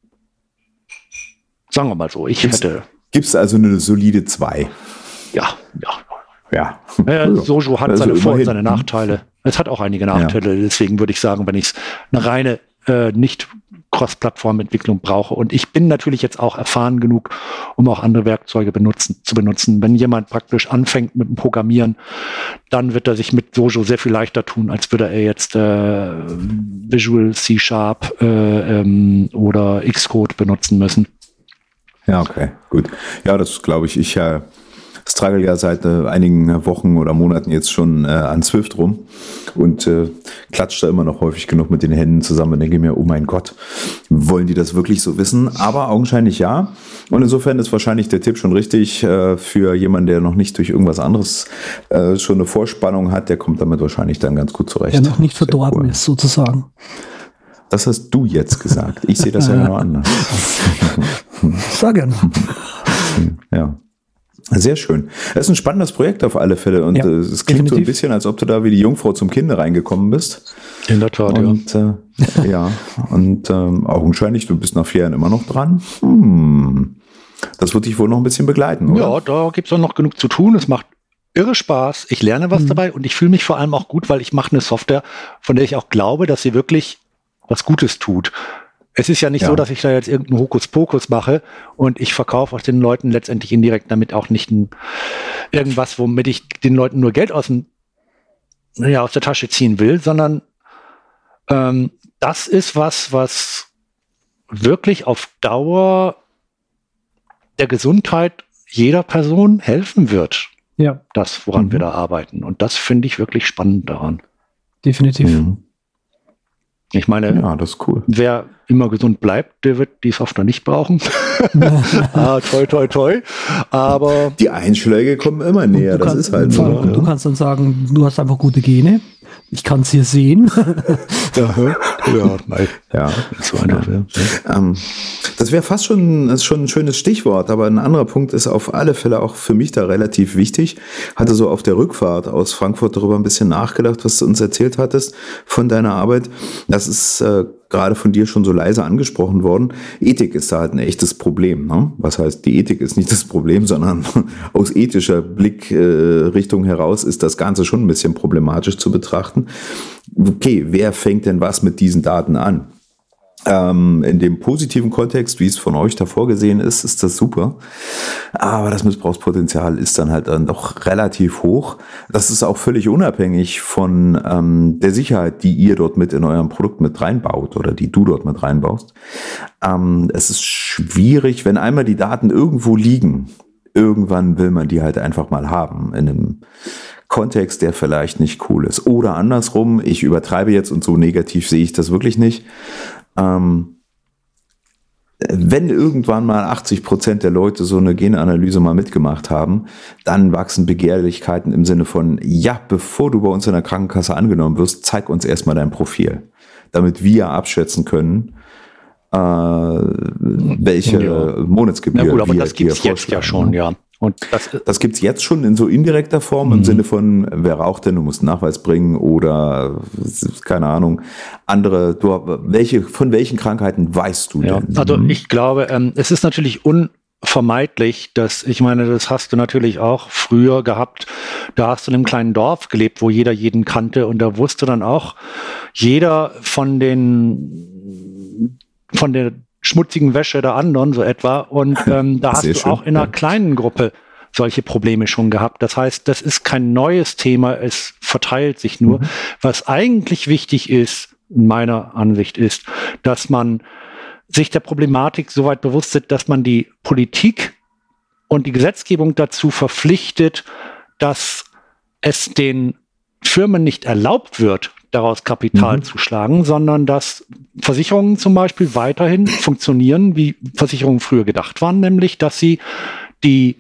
sagen wir mal so, ich gibt's, hätte... Gibt es also eine solide zwei? Ja, ja. Ja. Äh, Sojo hat also seine Vor- und seine Nachteile. Es hat auch einige Nachteile, ja. Deswegen würde ich sagen, wenn ich eine reine äh, nicht Cross-Plattform-Entwicklung brauche. Und ich bin natürlich jetzt auch erfahren genug, um auch andere Werkzeuge benutzen, zu benutzen. Wenn jemand praktisch anfängt mit dem Programmieren, dann wird er sich mit Sojo sehr viel leichter tun, als würde er jetzt äh, Visual C Sharp äh, ähm, oder Xcode benutzen müssen. Ja, okay, gut. Ja, das glaube ich. Ich äh, struggle ja seit äh, einigen Wochen oder Monaten jetzt schon äh, an Swift rum und äh, klatscht da immer noch häufig genug mit den Händen zusammen und denke mir, oh mein Gott, wollen die das wirklich so wissen? Aber augenscheinlich ja. Und insofern ist wahrscheinlich der Tipp schon richtig äh, für jemanden, der noch nicht durch irgendwas anderes äh, schon eine Vorspannung hat, der kommt damit wahrscheinlich dann ganz gut zurecht. Der noch nicht verdorben cool. ist, sozusagen. Das hast du jetzt gesagt. Ich sehe das ja genau anders. Sag gerne. Ja. Sehr schön. Das ist ein spannendes Projekt auf alle Fälle und ja, äh, es klingt definitiv. So ein bisschen, als ob du da wie die Jungfrau zum Kinde reingekommen bist. In der Tat, und, ja. Äh, ja, und ähm, augenscheinlich, du bist nach vier Jahren immer noch dran. Hm. Das wird dich wohl noch ein bisschen begleiten, oder? Ja, da gibt es auch noch genug zu tun. Es macht irre Spaß. Ich lerne was mhm. dabei und ich fühle mich vor allem auch gut, weil ich mache eine Software, von der ich auch glaube, dass sie wirklich was Gutes tut. Es ist ja nicht ja. so, dass ich da jetzt irgendeinen Hokuspokus mache und ich verkaufe auch den Leuten letztendlich indirekt damit auch nicht ein, irgendwas, womit ich den Leuten nur Geld aus, dem, ja, aus der Tasche ziehen will, sondern ähm, das ist was, was wirklich auf Dauer der Gesundheit jeder Person helfen wird. Ja. Das, woran mhm. wir da arbeiten. Und das finde ich wirklich spannend daran. Definitiv. Mhm. Ich meine, ja, das ist cool. Wer immer gesund bleibt, der wird die Software nicht brauchen. ah, toi, toi, toi. Aber die Einschläge kommen immer näher, das ist halt so. Du kannst dann sagen, du hast einfach gute Gene. Ich kann es hier sehen. Ja, nein. Ja. So einfach, ja. Ja. Ähm, das wäre fast schon, ist schon ein schönes Stichwort, aber ein anderer Punkt ist auf alle Fälle auch für mich da relativ wichtig. Hatte so auf der Rückfahrt aus Frankfurt darüber ein bisschen nachgedacht, was du uns erzählt hattest von deiner Arbeit. Das ist äh, gerade von dir schon so leise angesprochen worden. Ethik ist da halt ein echtes Problem. Ne? Was heißt, die Ethik ist nicht das Problem, sondern aus ethischer Blickrichtung äh, heraus ist das Ganze schon ein bisschen problematisch zu betrachten. Okay, wer fängt denn was mit diesen Daten an? Ähm, in dem positiven Kontext, wie es von euch da vorgesehen ist, ist das super. Aber das Missbrauchspotenzial ist dann halt dann doch relativ hoch. Das ist auch völlig unabhängig von ähm, der Sicherheit, die ihr dort mit in eurem Produkt mit reinbaut oder die du dort mit reinbaust. Ähm, es ist schwierig, wenn einmal die Daten irgendwo liegen. Irgendwann will man die halt einfach mal haben in einem Kontext, der vielleicht nicht cool ist. Oder andersrum, ich übertreibe jetzt und so negativ sehe ich das wirklich nicht. Ähm, wenn irgendwann mal achtzig Prozent der Leute so eine Genanalyse mal mitgemacht haben, dann wachsen Begehrlichkeiten im Sinne von, ja, bevor du bei uns in der Krankenkasse angenommen wirst, zeig uns erstmal dein Profil, damit wir abschätzen können, äh, welche ja. Monatsgebühr Na gut, aber wir das gibt es jetzt ja schon, ja. Und das, das gibt's jetzt schon in so indirekter Form, im mhm. Sinne von, wer raucht denn, du musst einen Nachweis bringen oder, keine Ahnung, andere, du, welche, von welchen Krankheiten weißt du ja, denn? Also ich glaube, ähm, es ist natürlich unvermeidlich, dass, ich meine, das hast du natürlich auch früher gehabt, da hast du in einem kleinen Dorf gelebt, wo jeder jeden kannte und da wusste dann auch jeder von den, von der schmutzigen Wäsche der anderen, so etwa. Und ähm, da hast Sehr du schön. auch in einer ja. kleinen Gruppe solche Probleme schon gehabt. Das heißt, das ist kein neues Thema, es verteilt sich nur. Mhm. Was eigentlich wichtig ist, in meiner Ansicht ist, dass man sich der Problematik so weit bewusst ist, dass man die Politik und die Gesetzgebung dazu verpflichtet, dass es den Firmen nicht erlaubt wird, daraus Kapital mhm. zu schlagen, sondern dass Versicherungen zum Beispiel weiterhin funktionieren, wie Versicherungen früher gedacht waren, nämlich, dass sie die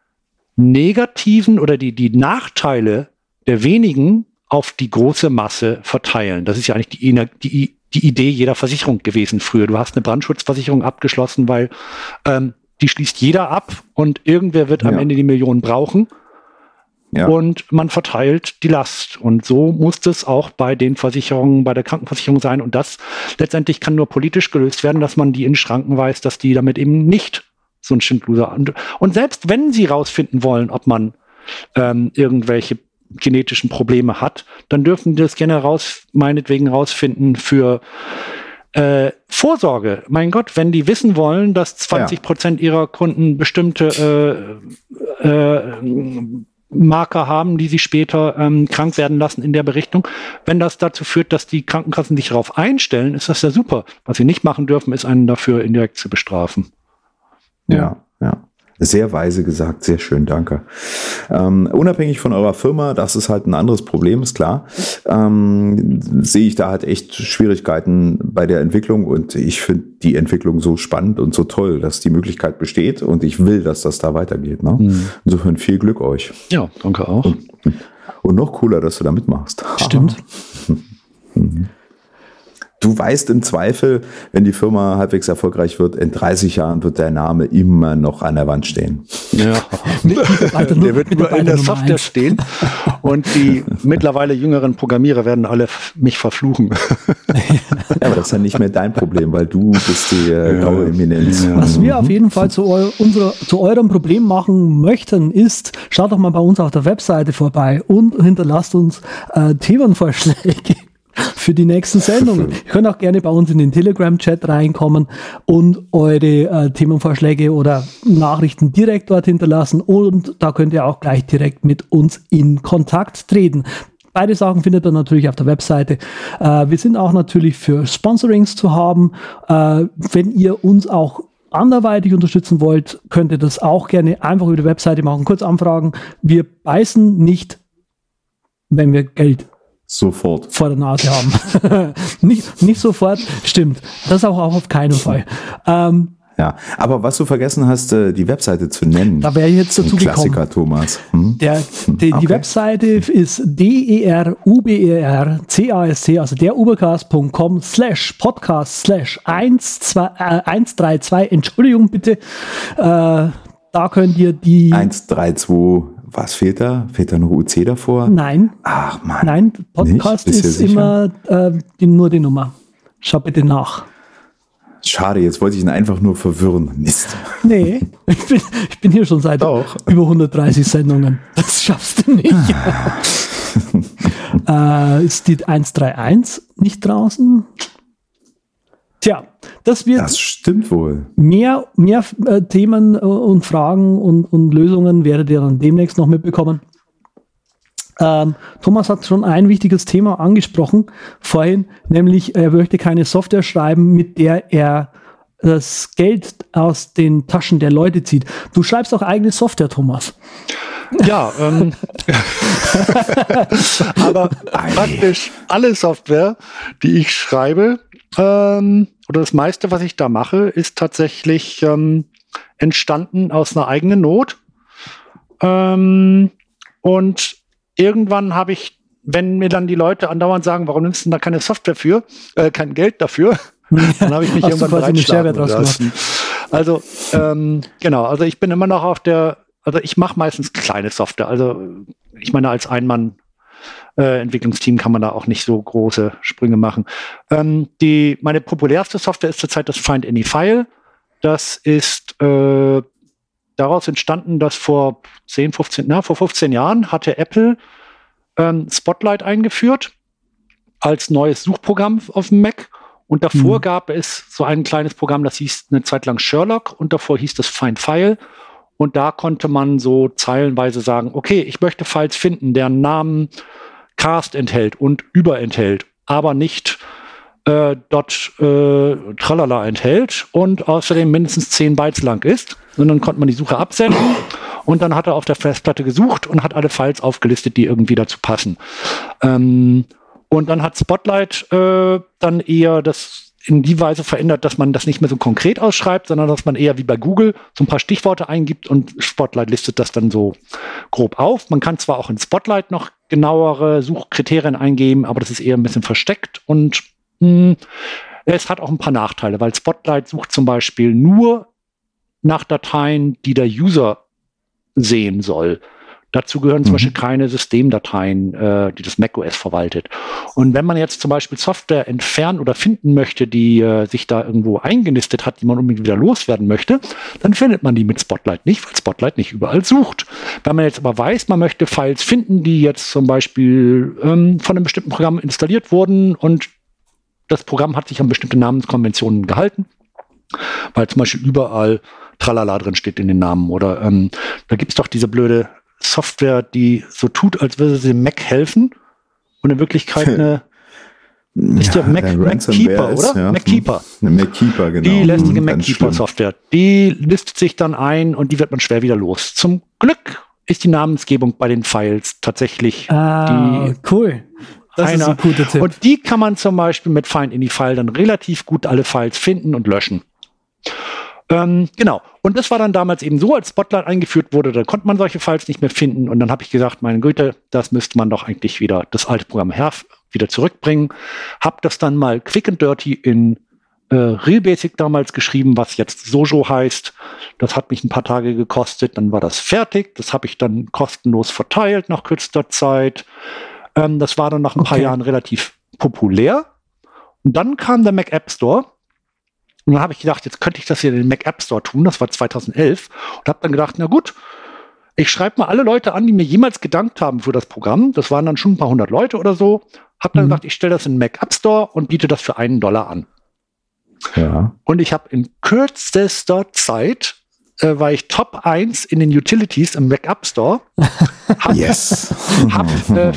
negativen oder die, die Nachteile der wenigen auf die große Masse verteilen. Das ist ja eigentlich die, die, die Idee jeder Versicherung gewesen früher. Du hast eine Brandschutzversicherung abgeschlossen, weil ähm, die schließt jeder ab und irgendwer wird ja. am Ende die Millionen brauchen. Ja. Und man verteilt die Last. Und so muss es auch bei den Versicherungen, bei der Krankenversicherung sein. Und das letztendlich kann nur politisch gelöst werden, dass man die in Schranken weist, dass die damit eben nicht so ein Schindluder. Und, und selbst wenn sie rausfinden wollen, ob man ähm, irgendwelche genetischen Probleme hat, dann dürfen die das gerne raus, meinetwegen rausfinden für äh, Vorsorge. Mein Gott, wenn die wissen wollen, dass zwanzig Prozent ja. ihrer Kunden bestimmte äh, äh, Marker haben, die sie später ähm, krank werden lassen in der Berichtung. Wenn das dazu führt, dass die Krankenkassen sich darauf einstellen, ist das ja super. Was sie nicht machen dürfen, ist einen dafür indirekt zu bestrafen. Ja, ja. Sehr weise gesagt, sehr schön, danke. Ähm, unabhängig von eurer Firma, das ist halt ein anderes Problem, ist klar, ähm, sehe ich da halt echt Schwierigkeiten bei der Entwicklung und ich finde die Entwicklung so spannend und so toll, dass die Möglichkeit besteht und ich will, dass das da weitergeht. Ne? Mhm. Insofern viel Glück euch. Ja, danke auch. Und, und noch cooler, dass du da mitmachst. Stimmt. Mhm. Du weißt im Zweifel, wenn die Firma halbwegs erfolgreich wird, in dreißig Jahren wird der Name immer noch an der Wand stehen. Ja, der wird nur in der Software stehen und die mittlerweile jüngeren Programmierer werden alle mich verfluchen. Ja, aber das ist ja nicht mehr dein Problem, weil du bist die äh, ja. graue Eminenz. Ja. Was wir auf jeden Fall zu, eu unserer, zu eurem Problem machen möchten, ist, schaut doch mal bei uns auf der Webseite vorbei und hinterlasst uns äh, Themenvorschläge für die nächsten Sendungen. Ihr könnt auch gerne bei uns in den Telegram-Chat reinkommen und eure äh, Themenvorschläge oder Nachrichten direkt dort hinterlassen und da könnt ihr auch gleich direkt mit uns in Kontakt treten. Beide Sachen findet ihr natürlich auf der Webseite. Äh, wir sind auch natürlich für Sponsorings zu haben. Äh, wenn ihr uns auch anderweitig unterstützen wollt, könnt ihr das auch gerne einfach über die Webseite machen. Kurz anfragen. Wir beißen nicht, wenn wir Geld sofort vor der Nase haben. nicht, nicht sofort, stimmt. Das auch, auch auf keinen Fall. Ähm, Ja, aber was du vergessen hast, die Webseite zu nennen. Da wäre ich jetzt dazu gekommen. Klassiker, Thomas. Hm? Der, die, Okay. die Webseite ist D E R U B E R C A S T, also derubercast.com slash podcast slash eins drei zwei, Entschuldigung bitte. Äh, da könnt ihr die... eins drei zwei, was fehlt da? Fehlt da noch U C davor? Nein, Ach Mann. nein, Podcast Nicht? Bist du ist sicher? immer äh, die, nur die Nummer. Schau bitte nach. Schade, jetzt wollte ich ihn einfach nur verwirren. Mist. Nee, ich bin, ich bin hier schon seit Doch. über hundertdreißig Sendungen. Das schaffst du nicht. äh, ist die eins drei eins nicht draußen? Tja, das wird Das stimmt wohl. mehr, mehr äh, Themen äh, und Fragen und, und Lösungen werdet ihr dann demnächst noch mitbekommen. Ähm, Thomas hat schon ein wichtiges Thema angesprochen vorhin, nämlich er möchte keine Software schreiben, mit der er das Geld aus den Taschen der Leute zieht. Du schreibst auch eigene Software, Thomas. Ja, ähm, aber praktisch alle Software, die ich schreibe, ähm, oder das meiste, was ich da mache, ist tatsächlich ähm, entstanden aus einer eigenen Not. Ähm, und irgendwann habe ich, wenn mir dann die Leute andauernd sagen, warum nimmst du denn da keine Software für, äh, kein Geld dafür, dann habe ich mich Hast du irgendwann quasi eine Shareware breitschlagen draus lassen. Also, ähm, genau, also ich bin immer noch auf der, also ich mache meistens kleine Software. Also ich meine, als Einmann äh, Entwicklungsteam kann man da auch nicht so große Sprünge machen. Ähm, die, meine populärste Software ist zurzeit das Find Any File. Das ist äh, daraus entstanden, dass vor zehn, fünfzehn, na, vor fünfzehn Jahren hatte Apple ähm, Spotlight eingeführt als neues Suchprogramm auf dem Mac. Und davor mhm. gab es so ein kleines Programm, das hieß eine Zeit lang Sherlock und davor hieß das Find File. Und da konnte man so zeilenweise sagen, okay, ich möchte Files finden, deren Namen Cast enthält und über enthält, aber nicht äh, dot äh, tralala enthält und außerdem mindestens zehn Bytes lang ist. Und dann konnte man die Suche absenden und dann hat er auf der Festplatte gesucht und hat alle Files aufgelistet, die irgendwie dazu passen. Ähm, und dann hat Spotlight äh, dann eher das in die Weise verändert, dass man das nicht mehr so konkret ausschreibt, sondern dass man eher wie bei Google so ein paar Stichworte eingibt und Spotlight listet das dann so grob auf. Man kann zwar auch in Spotlight noch genauere Suchkriterien eingeben, aber das ist eher ein bisschen versteckt und mh, es hat auch ein paar Nachteile, weil Spotlight sucht zum Beispiel nur nach Dateien, die der User sehen soll. Dazu gehören zum mhm. Beispiel keine Systemdateien, äh, die das macOS verwaltet. Und wenn man jetzt zum Beispiel Software entfernen oder finden möchte, die äh, sich da irgendwo eingenistet hat, die man unbedingt wieder loswerden möchte, dann findet man die mit Spotlight nicht, weil Spotlight nicht überall sucht. Wenn man jetzt aber weiß, man möchte Files finden, die jetzt zum Beispiel ähm, von einem bestimmten Programm installiert wurden und das Programm hat sich an bestimmte Namenskonventionen gehalten, weil zum Beispiel überall Tralala drin steht in den Namen. Oder ähm, da gibt es doch diese blöde Software, die so tut, als würde sie dem Mac helfen und in Wirklichkeit eine ist ja, Mac, MacKeeper, oder? Ja. MacKeeper. Eine MacKeeper, genau. Die lästige MacKeeper-Software. Die listet sich dann ein und die wird man schwer wieder los. Zum Glück ist die Namensgebung bei den Files tatsächlich ah, die cool. Das einer. ist ein guter Tipp. Und die kann man zum Beispiel mit Find Any File dann relativ gut alle Files finden und löschen. Ähm, genau. Und das war dann damals eben so, als Spotlight eingeführt wurde, da konnte man solche Files nicht mehr finden. Und dann habe ich gesagt, meine Güte, das müsste man doch eigentlich wieder, das alte Programm her, wieder zurückbringen. Hab das dann mal quick and dirty in äh, RealBasic damals geschrieben, was jetzt Sojo heißt. Das hat mich ein paar Tage gekostet. Dann war das fertig. Das habe ich dann kostenlos verteilt nach kürzester Zeit. Ähm, das war dann nach ein paar Okay. Jahren relativ populär. Und dann kam der Mac App Store. Und dann habe ich gedacht, jetzt könnte ich das hier in den Mac App Store tun. Das war zweitausendelf. Und habe dann gedacht, na gut, ich schreibe mal alle Leute an, die mir jemals gedankt haben für das Programm. Das waren dann schon ein paar hundert Leute oder so. Habe dann Mhm. gesagt, ich stelle das in den Mac App Store und biete das für einen Dollar an. Ja. Und ich habe in kürzester Zeit, äh, war ich Top eins in den Utilities im Mac App Store. Hab, Yes. hab äh,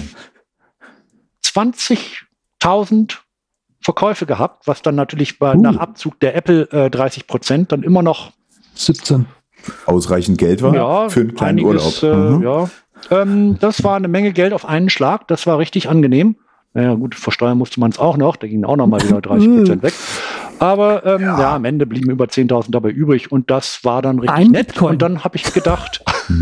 zwanzigtausend Verkäufe gehabt, was dann natürlich bei, Uh. nach Abzug der Apple äh, dreißig Prozent dann immer noch siebzehn. Ausreichend Geld war ja, für einen kleinen einiges, Urlaub. Äh, Mhm. ja. ähm, das war eine Menge Geld auf einen Schlag. Das war richtig angenehm. Naja, gut, versteuern musste man es auch noch. Da gingen auch noch mal wieder dreißig Prozent weg. Aber ähm, ja. ja, am Ende blieben über zehntausend dabei übrig und das war dann richtig Ein nett. Bitcoin. Und dann habe ich gedacht,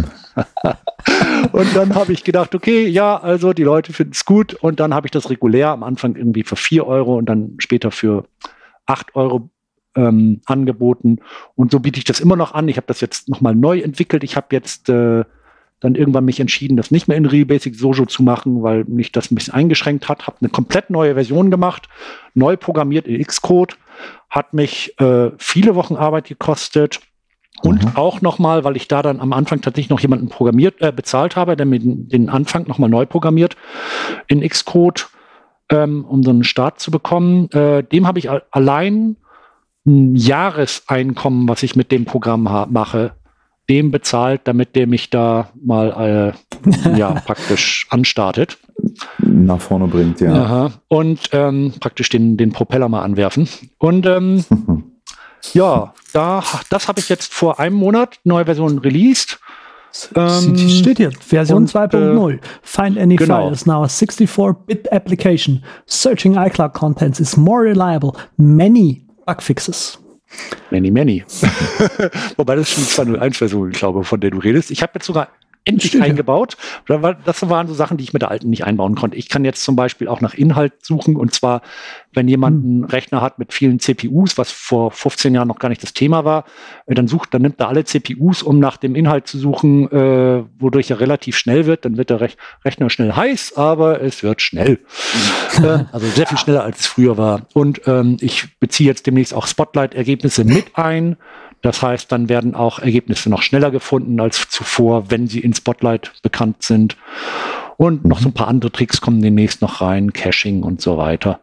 und dann habe ich gedacht, okay, ja, also die Leute finden es gut und dann habe ich das regulär am Anfang irgendwie für vier Euro und dann später für acht Euro ähm, angeboten und so biete ich das immer noch an. Ich habe das jetzt nochmal neu entwickelt. Ich habe jetzt äh, dann irgendwann mich entschieden, das nicht mehr in Real Basic Sojo zu machen, weil mich das ein bisschen eingeschränkt hat. Habe eine komplett neue Version gemacht, neu programmiert in Xcode, hat mich äh, viele Wochen Arbeit gekostet. Und mhm. auch nochmal, weil ich da dann am Anfang tatsächlich noch jemanden programmiert, äh, bezahlt habe, der mir den, den Anfang nochmal neu programmiert in Xcode, ähm, um so einen Start zu bekommen. Äh, dem habe ich a- allein ein Jahreseinkommen, was ich mit dem Programm ha- mache, dem bezahlt, damit der mich da mal äh, ja, praktisch anstartet. Nach vorne bringt, ja. Aha. Und ähm, praktisch den, den Propeller mal anwerfen. Und ähm, ja, da, das habe ich jetzt vor einem Monat, neue Version released. Ähm, steht hier, Version zwei Punkt null. Äh, Find any genau. file is now a sixty-four bit application. Searching iCloud contents is more reliable. Many bug fixes. Many, many. Wobei das schon die zwei Punkt null eins Version, glaube, von der du redest. Ich habe jetzt sogar endlich Stimmt, eingebaut. Ja. Das waren so Sachen, die ich mit der alten nicht einbauen konnte. Ich kann jetzt zum Beispiel auch nach Inhalt suchen und zwar, wenn jemand einen Rechner hat mit vielen C P Us, was vor fünfzehn Jahren noch gar nicht das Thema war, dann sucht, dann nimmt er alle C P Us, um nach dem Inhalt zu suchen, äh, wodurch er relativ schnell wird. Dann wird der Rech- Rechner schnell heiß, aber es wird schnell. äh, also sehr viel schneller, als es früher war. Und ähm, ich beziehe jetzt demnächst auch Spotlight-Ergebnisse mit ein. Das heißt, dann werden auch Ergebnisse noch schneller gefunden als zuvor, wenn sie in Spotlight bekannt sind. Und noch so ein paar andere Tricks kommen demnächst noch rein, Caching und so weiter.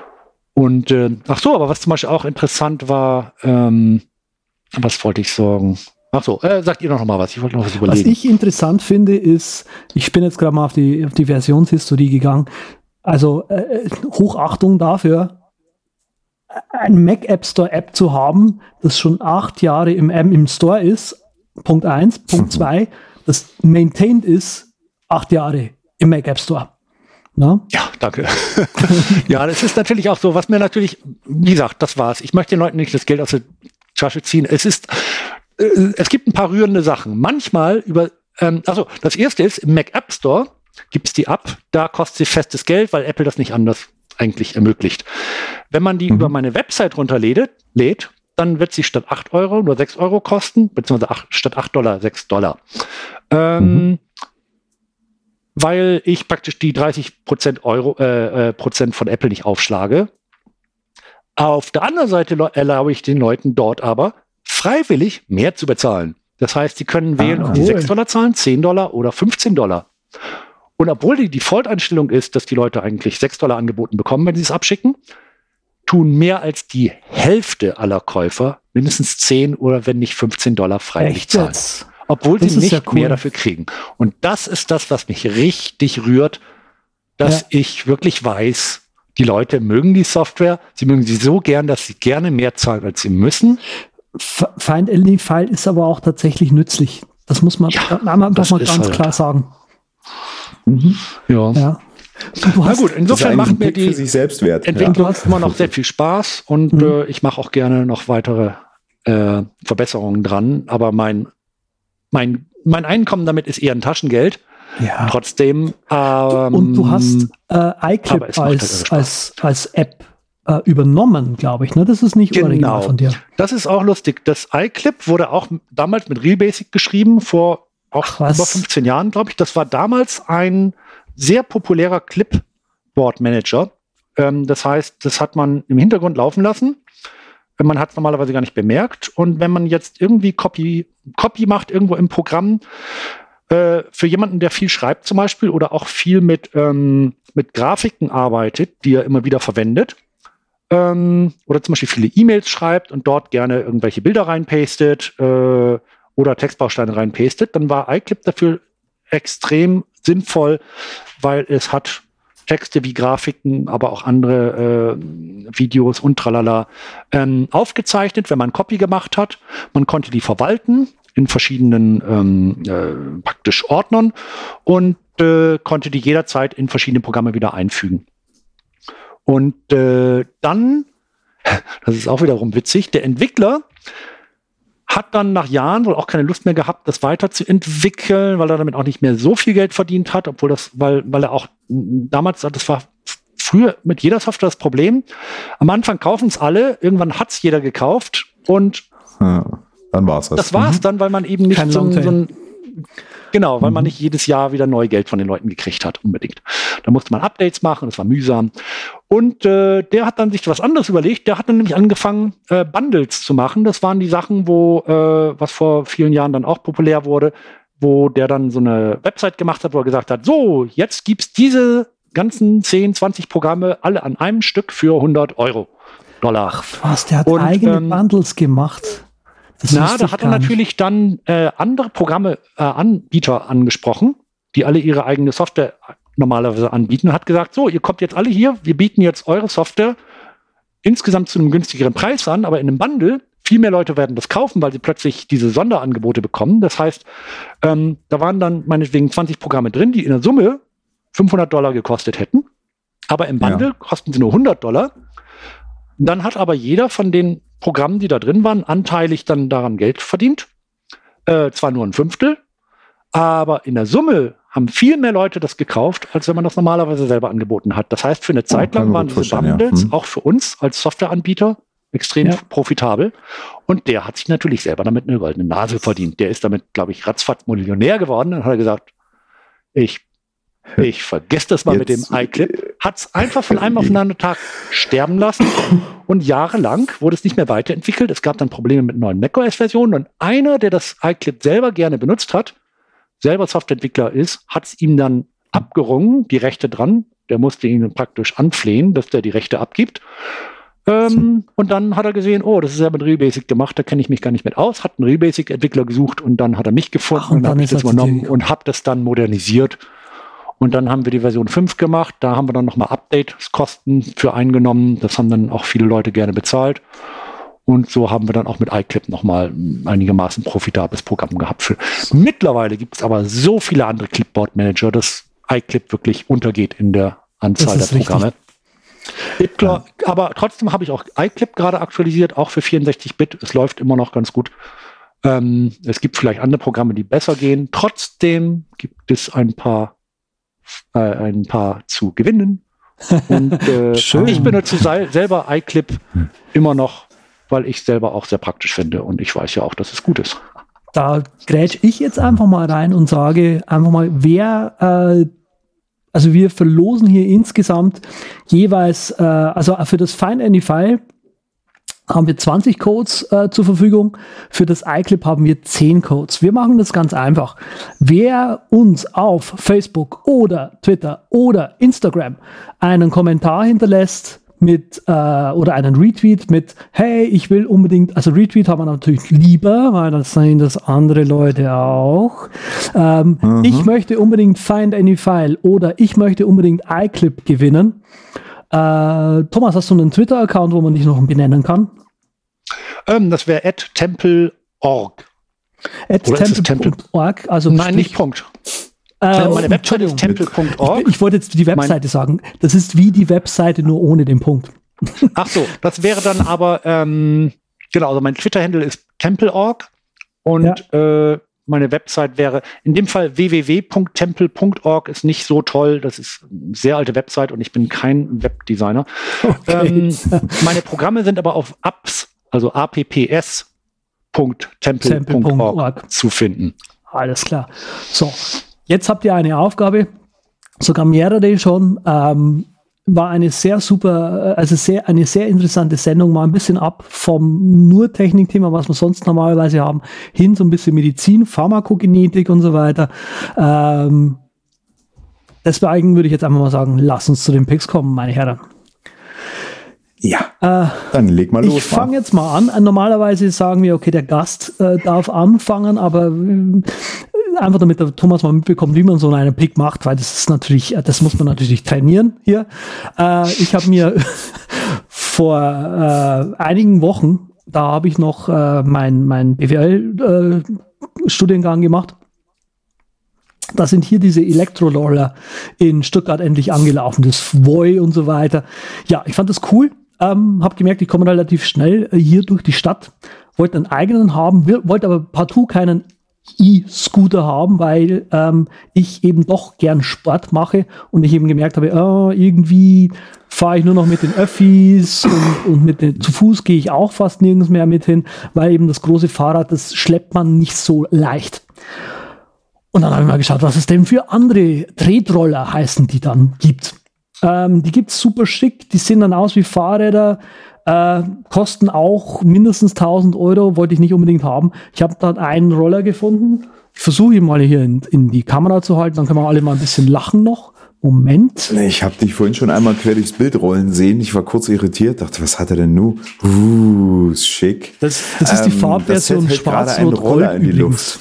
Und äh, ach so, aber was zum Beispiel auch interessant war, ähm, was wollte ich sagen? Ach so, äh, sagt ihr noch mal was? Ich wollte noch was überlegen. Was ich interessant finde, ist, ich bin jetzt gerade mal auf die, auf die Versionshistorie gegangen. Also äh, Hochachtung dafür, ein Mac App Store App zu haben, das schon acht Jahre im, im Store ist, Punkt eins. Punkt zwei, das maintained ist, acht Jahre im Mac App Store. Na? Ja, danke. Ja, das ist natürlich auch so, was mir natürlich, wie gesagt, das war's. Ich möchte den Leuten nicht das Geld aus der Tasche ziehen. Es ist, äh, es gibt ein paar rührende Sachen. Manchmal über, ähm, also das erste ist, im Mac App Store gibt es die App, da kostet sie festes Geld, weil Apple das nicht anders eigentlich ermöglicht. Wenn man die mhm. über meine Website runterlädt, lädt, dann wird sie statt acht Euro nur sechs Euro kosten, beziehungsweise acht, statt acht Dollar sechs Dollar. Ähm, mhm. Weil ich praktisch die dreißig Prozent Euro, äh, äh, Prozent von Apple nicht aufschlage. Auf der anderen Seite le- erlaube ich den Leuten dort aber freiwillig mehr zu bezahlen. Das heißt, sie können wählen, ah, ob die sechs Dollar zahlen, zehn Dollar oder fünfzehn Dollar. Und obwohl die Default-Einstellung ist, dass die Leute eigentlich sechs Dollar angeboten bekommen, wenn sie es abschicken, tun mehr als die Hälfte aller Käufer mindestens zehn oder wenn nicht fünfzehn Dollar freiwillig zahlen. Obwohl das sie nicht ja cool. mehr dafür kriegen. Und das ist das, was mich richtig rührt, dass ja. ich wirklich weiß, die Leute mögen die Software, sie mögen sie so gern, dass sie gerne mehr zahlen, als sie müssen. Find Any File ist aber auch tatsächlich nützlich. Das muss man ja, doch mal ganz halt. klar sagen. Mhm. Ja. ja. Du hast, Na gut, insofern macht mir die für sich selbst wert. Entwicklung ja. immer noch sehr viel Spaß und mhm. äh, ich mache auch gerne noch weitere äh, Verbesserungen dran. Aber mein, mein, mein Einkommen damit ist eher ein Taschengeld. Ja. Trotzdem. Ähm, und du hast äh, iClip als, halt als, als App äh, übernommen, glaube ich. Ne? Das ist nicht genau. original von dir. Das ist auch lustig. Das iClip wurde auch damals mit Real Basic geschrieben, vor auch Ach, über fünfzehn Jahren, glaube ich. Das war damals ein sehr populärer Clipboard-Manager. Ähm, das heißt, das hat man im Hintergrund laufen lassen. Man hat es normalerweise gar nicht bemerkt. Und wenn man jetzt irgendwie Copy, Copy macht irgendwo im Programm, äh, für jemanden, der viel schreibt zum Beispiel oder auch viel mit, ähm, mit Grafiken arbeitet, die er immer wieder verwendet, ähm, oder zum Beispiel viele E-Mails schreibt und dort gerne irgendwelche Bilder reinpastet äh, oder Textbausteine reinpastet, dann war iClip dafür extrem sinnvoll, weil es hat Texte wie Grafiken, aber auch andere äh, Videos und tralala ähm, aufgezeichnet, wenn man Copy gemacht hat. Man konnte die verwalten in verschiedenen ähm, äh, praktisch Ordnern und äh, konnte die jederzeit in verschiedene Programme wieder einfügen. Und äh, dann das ist auch wiederum witzig, der Entwickler hat dann nach Jahren wohl auch keine Lust mehr gehabt, das weiterzuentwickeln, weil er damit auch nicht mehr so viel Geld verdient hat, obwohl das, weil, weil er auch damals, das war früher mit jeder Software das Problem. Am Anfang kaufen es alle, irgendwann hat es jeder gekauft und ja, dann war's das. Das war's mhm. dann, weil man eben nicht so, so ein, genau, weil mhm. man nicht jedes Jahr wieder neu Geld von den Leuten gekriegt hat, unbedingt. Da musste man Updates machen, das war mühsam. Und äh, der hat dann sich was anderes überlegt. Der hat dann nämlich angefangen, äh, Bundles zu machen. Das waren die Sachen, wo, äh, was vor vielen Jahren dann auch populär wurde, wo der dann so eine Website gemacht hat, wo er gesagt hat, so, jetzt gibt's diese ganzen zehn, zwanzig Programme alle an einem Stück für hundert Euro. Dollar. Ach was, der hat und, eigene ähm, Bundles gemacht. Das na, da hat er natürlich nicht. dann äh, andere Programme, äh, Anbieter angesprochen, die alle ihre eigene Software normalerweise anbieten und hat gesagt, so, ihr kommt jetzt alle hier, wir bieten jetzt eure Software insgesamt zu einem günstigeren Preis an, aber in einem Bundle, viel mehr Leute werden das kaufen, weil sie plötzlich diese Sonderangebote bekommen. Das heißt, ähm, da waren dann meinetwegen zwanzig Programme drin, die in der Summe fünfhundert Dollar gekostet hätten, aber im Bundle ja. kosten sie nur hundert Dollar. Dann hat aber jeder von den Programmen, die da drin waren, anteilig dann daran Geld verdient. Äh, zwar nur ein Fünftel, aber in der Summe haben viel mehr Leute das gekauft, als wenn man das normalerweise selber angeboten hat. Das heißt, für eine Zeit lang waren diese Bundles ja. hm. auch für uns als Softwareanbieter extrem ja. profitabel. Und der hat sich natürlich selber damit eine goldene Nase verdient. Der ist damit, glaube ich, ratzfatz Millionär geworden. Dann hat er gesagt, ich Ich vergesse das mal Jetzt, mit dem iClip. Hat es einfach von einem auf den anderen Tag sterben lassen. Und jahrelang wurde es nicht mehr weiterentwickelt. Es gab dann Probleme mit neuen macOS-Versionen. Und einer, der das iClip selber gerne benutzt hat, selber Softwareentwickler ist, hat es ihm dann abgerungen, die Rechte dran. Der musste ihn dann praktisch anflehen, dass der die Rechte abgibt. Ähm, und dann hat er gesehen, oh, das ist ja mit Rebasic gemacht, da kenne ich mich gar nicht mit aus. Hat einen Rebasic-Entwickler gesucht und dann hat er mich gefunden. Ach, und, und dann habe ich das übernommen und habe das dann modernisiert. Und dann haben wir die Version fünf gemacht. Da haben wir dann nochmal Update-Kosten für eingenommen. Das haben dann auch viele Leute gerne bezahlt. Und so haben wir dann auch mit iClip nochmal einigermaßen profitables Programm gehabt. Für. Mittlerweile gibt es aber so viele andere Clipboard-Manager, dass iClip wirklich untergeht in der Anzahl der Programme. Ja. Aber trotzdem habe ich auch iClip gerade aktualisiert, auch für vierundsechzig Bit. Es läuft immer noch ganz gut. Ähm, es gibt vielleicht andere Programme, die besser gehen. Trotzdem gibt es ein paar Äh, ein paar zu gewinnen. Und äh, ich benutze se- selber iClip hm. immer noch, weil ich selber auch sehr praktisch finde und ich weiß ja auch, dass es gut ist. Da grätsch ich jetzt einfach mal rein und sage einfach mal, wer, äh, also wir verlosen hier insgesamt jeweils, äh, also für das Find Any File haben wir zwanzig Codes äh, zur Verfügung. Für das iClip haben wir zehn Codes. Wir machen das ganz einfach. Wer uns auf Facebook oder Twitter oder Instagram einen Kommentar hinterlässt mit äh, oder einen Retweet mit hey, ich will unbedingt, also Retweet haben wir natürlich lieber, weil das sehen das andere Leute auch. Ähm, mhm. Ich möchte unbedingt Find Any File oder ich möchte unbedingt iClip gewinnen. Äh, Thomas, hast du einen Twitter-Account, wo man dich noch benennen kann? Ähm, das wäre at temple punkt org. at temple punkt org, also nein, nicht Punkt. Äh, Meine Website ist temple punkt org. Ich, ich wollte jetzt die Webseite mein sagen. Das ist wie die Webseite, nur ohne den Punkt. Ach so, das wäre dann aber, ähm, genau, also mein Twitter-Handle ist temple punkt org und ja. äh, meine Website wäre, in dem Fall w w w punkt temple punkt org ist nicht so toll. Das ist eine sehr alte Website und ich bin kein Webdesigner. Okay. Ähm, meine Programme sind aber auf apps, also apps punkt temple punkt org zu finden. Alles klar. So, jetzt habt ihr eine Aufgabe, sogar mehrere schon. Ähm, war eine sehr super, also sehr, eine sehr interessante Sendung, mal ein bisschen ab vom nur Technikthema, was wir sonst normalerweise haben, hin so ein bisschen Medizin, Pharmakogenetik und so weiter. Ähm, deswegen würde ich jetzt einfach mal sagen, lass uns zu den Picks kommen, meine Herren. Ja, äh, dann leg mal los. Ich fange jetzt mal an. Normalerweise sagen wir, okay, der Gast äh, darf anfangen, aber äh, einfach damit der Thomas mal mitbekommt, wie man so einen Pick macht, weil das ist natürlich, das muss man natürlich trainieren hier. Äh, ich habe mir vor äh, einigen Wochen, da habe ich noch äh, mein, mein B W L-Studiengang äh, gemacht. Da sind hier diese Elektroroller in Stuttgart endlich angelaufen, das V O I und so weiter. Ja, ich fand das cool. ähm, habe gemerkt, ich komme relativ schnell äh, hier durch die Stadt, wollte einen eigenen haben, wollte aber partout keinen E-Scooter haben, weil ähm, ich eben doch gern Sport mache und ich eben gemerkt habe, äh, irgendwie fahre ich nur noch mit den Öffis und, und mit den, zu Fuß gehe ich auch fast nirgends mehr mit hin, weil eben das große Fahrrad, das schleppt man nicht so leicht. Und dann habe ich mal geschaut, was es denn für andere Tretroller heißen, die dann gibt. Ähm, die gibt's super schick, die sehen dann aus wie Fahrräder, Äh, kosten auch mindestens tausend Euro, wollte ich nicht unbedingt haben. Ich habe dann einen Roller gefunden. Ich versuche ihn mal hier in, in die Kamera zu halten, dann können wir alle mal ein bisschen lachen noch. Moment. Ich habe dich vorhin schon einmal quer durchs Bild rollen sehen. Ich war kurz irritiert, dachte, was hat er denn nun? Uh, ist schick. Das, das ist die ähm, Farbversion Schwarz-Rot-Gold in die Luft.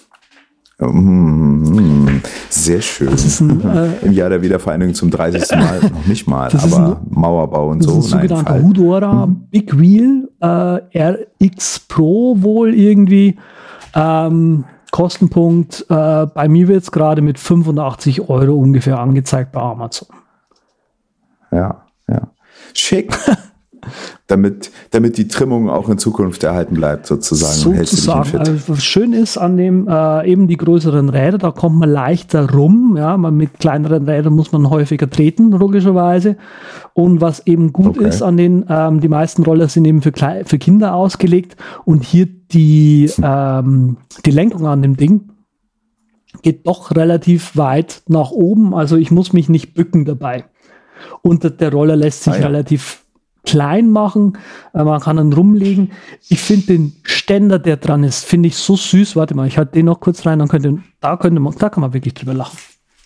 Mm, sehr schön. Das ist ein, äh, im Jahr der Wiedervereinigung zum dreißigsten Mal, noch nicht mal, aber ein, Mauerbau und das so. Das ist ein sogenannter Hudora hm. Big Wheel äh, R X Pro wohl irgendwie. Ähm, Kostenpunkt, äh, bei mir wird es gerade mit fünfundachtzig Euro ungefähr angezeigt bei Amazon. Ja, ja. Schick. Damit, damit die Trimmung auch in Zukunft erhalten bleibt, sozusagen. Sozusagen. Also, was schön ist an dem äh, eben die größeren Räder, da kommt man leichter rum. Ja, man mit kleineren Rädern muss man häufiger treten, logischerweise. Und was eben gut okay. ist an den, ähm, die meisten Roller sind eben für, Kle- für Kinder ausgelegt. Und hier die, ähm, die Lenkung an dem Ding geht doch relativ weit nach oben. Also ich muss mich nicht bücken dabei. Und der Roller lässt sich ah, ja. relativ klein machen, äh, man kann dann rumlegen. Ich finde den Ständer, der dran ist, finde ich so süß. Warte mal, ich halte den noch kurz rein, dann könnte, da könnte man, da kann man wirklich drüber lachen.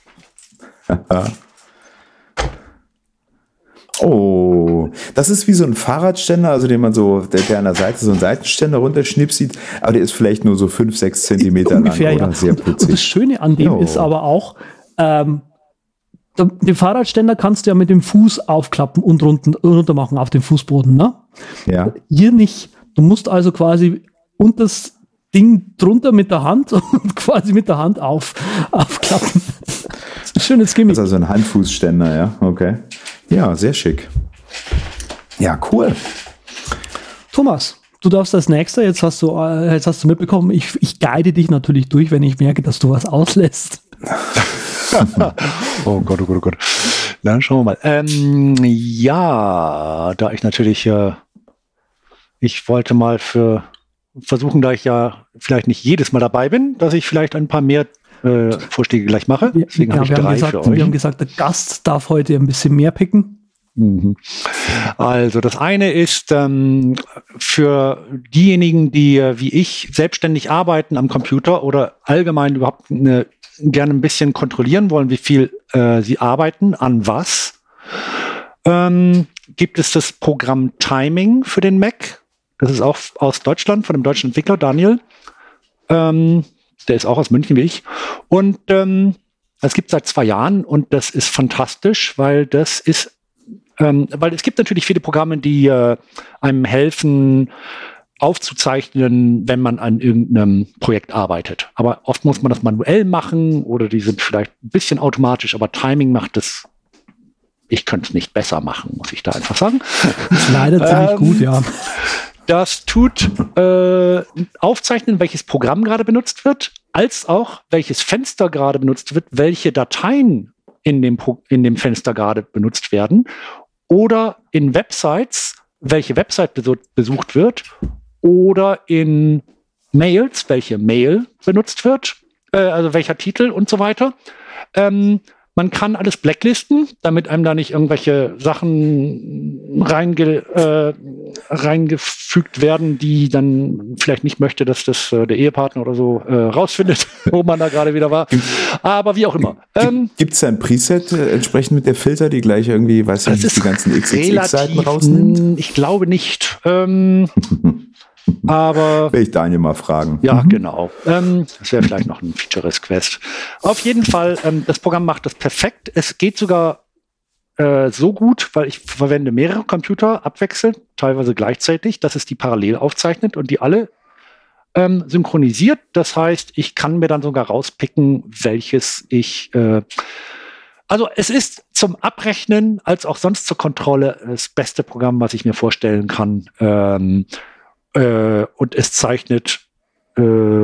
Oh, das ist wie so ein Fahrradständer, also den man so, der, der an der Seite so einen Seitenständer runterschnipsieht, aber der ist vielleicht nur so fünf, sechs Zentimeter ungefähr, lang, oder? Ja. Sehr putzig. Und das Schöne an dem jo. ist aber auch, ähm, den Fahrradständer kannst du ja mit dem Fuß aufklappen und runter, runter machen auf den Fußboden, ne? Ja. Hier nicht. Du musst also quasi unter das Ding drunter mit der Hand und quasi mit der Hand auf, aufklappen. Schönes Gimmick. Das ist also ein Handfußständer, ja, okay. Ja, sehr schick. Ja, cool. Thomas, du darfst als Nächster, jetzt hast du, jetzt hast du mitbekommen, ich, ich guide dich natürlich durch, wenn ich merke, dass du was auslässt. Oh Gott, oh Gott, oh Gott. Dann schauen wir mal. Ähm, ja, da ich natürlich, äh, ich wollte mal für versuchen, da ich ja vielleicht nicht jedes Mal dabei bin, dass ich vielleicht ein paar mehr äh, Vorschläge gleich mache. Deswegen ja, habe ich drei gesagt, für euch. Wir haben gesagt, der Gast darf heute ein bisschen mehr picken. Mhm. Also das eine ist ähm, für diejenigen, die äh, wie ich selbstständig arbeiten am Computer oder allgemein überhaupt eine gerne ein bisschen kontrollieren wollen, wie viel äh, sie arbeiten, an was. Ähm, gibt es das Programm Timing für den Mac. Das ist auch aus Deutschland, von einem deutschen Entwickler, Daniel. Ähm, der ist auch aus München wie ich. Und ähm, das gibt es seit zwei Jahren und das ist fantastisch, weil das ist, ähm, weil es gibt natürlich viele Programme, die äh, einem helfen, aufzuzeichnen, wenn man an irgendeinem Projekt arbeitet. Aber oft muss man das manuell machen oder die sind vielleicht ein bisschen automatisch, aber Timing macht es, ich könnte es nicht besser machen, muss ich da einfach sagen. Das ist leider ziemlich ähm, gut, ja. Das tut äh, aufzeichnen, welches Programm gerade benutzt wird, als auch welches Fenster gerade benutzt wird, welche Dateien in dem, Pro- in dem Fenster gerade benutzt werden oder in Websites, welche Website besu- besucht wird oder in Mails, welche Mail benutzt wird, äh, also welcher Titel und so weiter. Ähm, man kann alles blacklisten, damit einem da nicht irgendwelche Sachen reinge, äh, reingefügt werden, die dann vielleicht nicht möchte, dass das äh, der Ehepartner oder so äh, rausfindet, wo man da gerade wieder war. Aber wie auch immer. Ähm, Gibt es da ein Preset äh, entsprechend mit der Filter, die gleich irgendwie, weiß ich nicht, die ganzen X X X-Seiten rausnimmt? Ich glaube nicht. Ähm, Aber will ich Daniel mal fragen. Ja, mhm. genau. Ähm, das wäre vielleicht noch ein Feature-Request. Auf jeden Fall, ähm, das Programm macht das perfekt. Es geht sogar äh, so gut, weil ich verwende mehrere Computer abwechselnd, teilweise gleichzeitig, dass es die parallel aufzeichnet und die alle ähm, synchronisiert. Das heißt, ich kann mir dann sogar rauspicken, welches ich äh, Also es ist zum Abrechnen als auch sonst zur Kontrolle das beste Programm, was ich mir vorstellen kann. Ähm, äh, und es zeichnet, äh,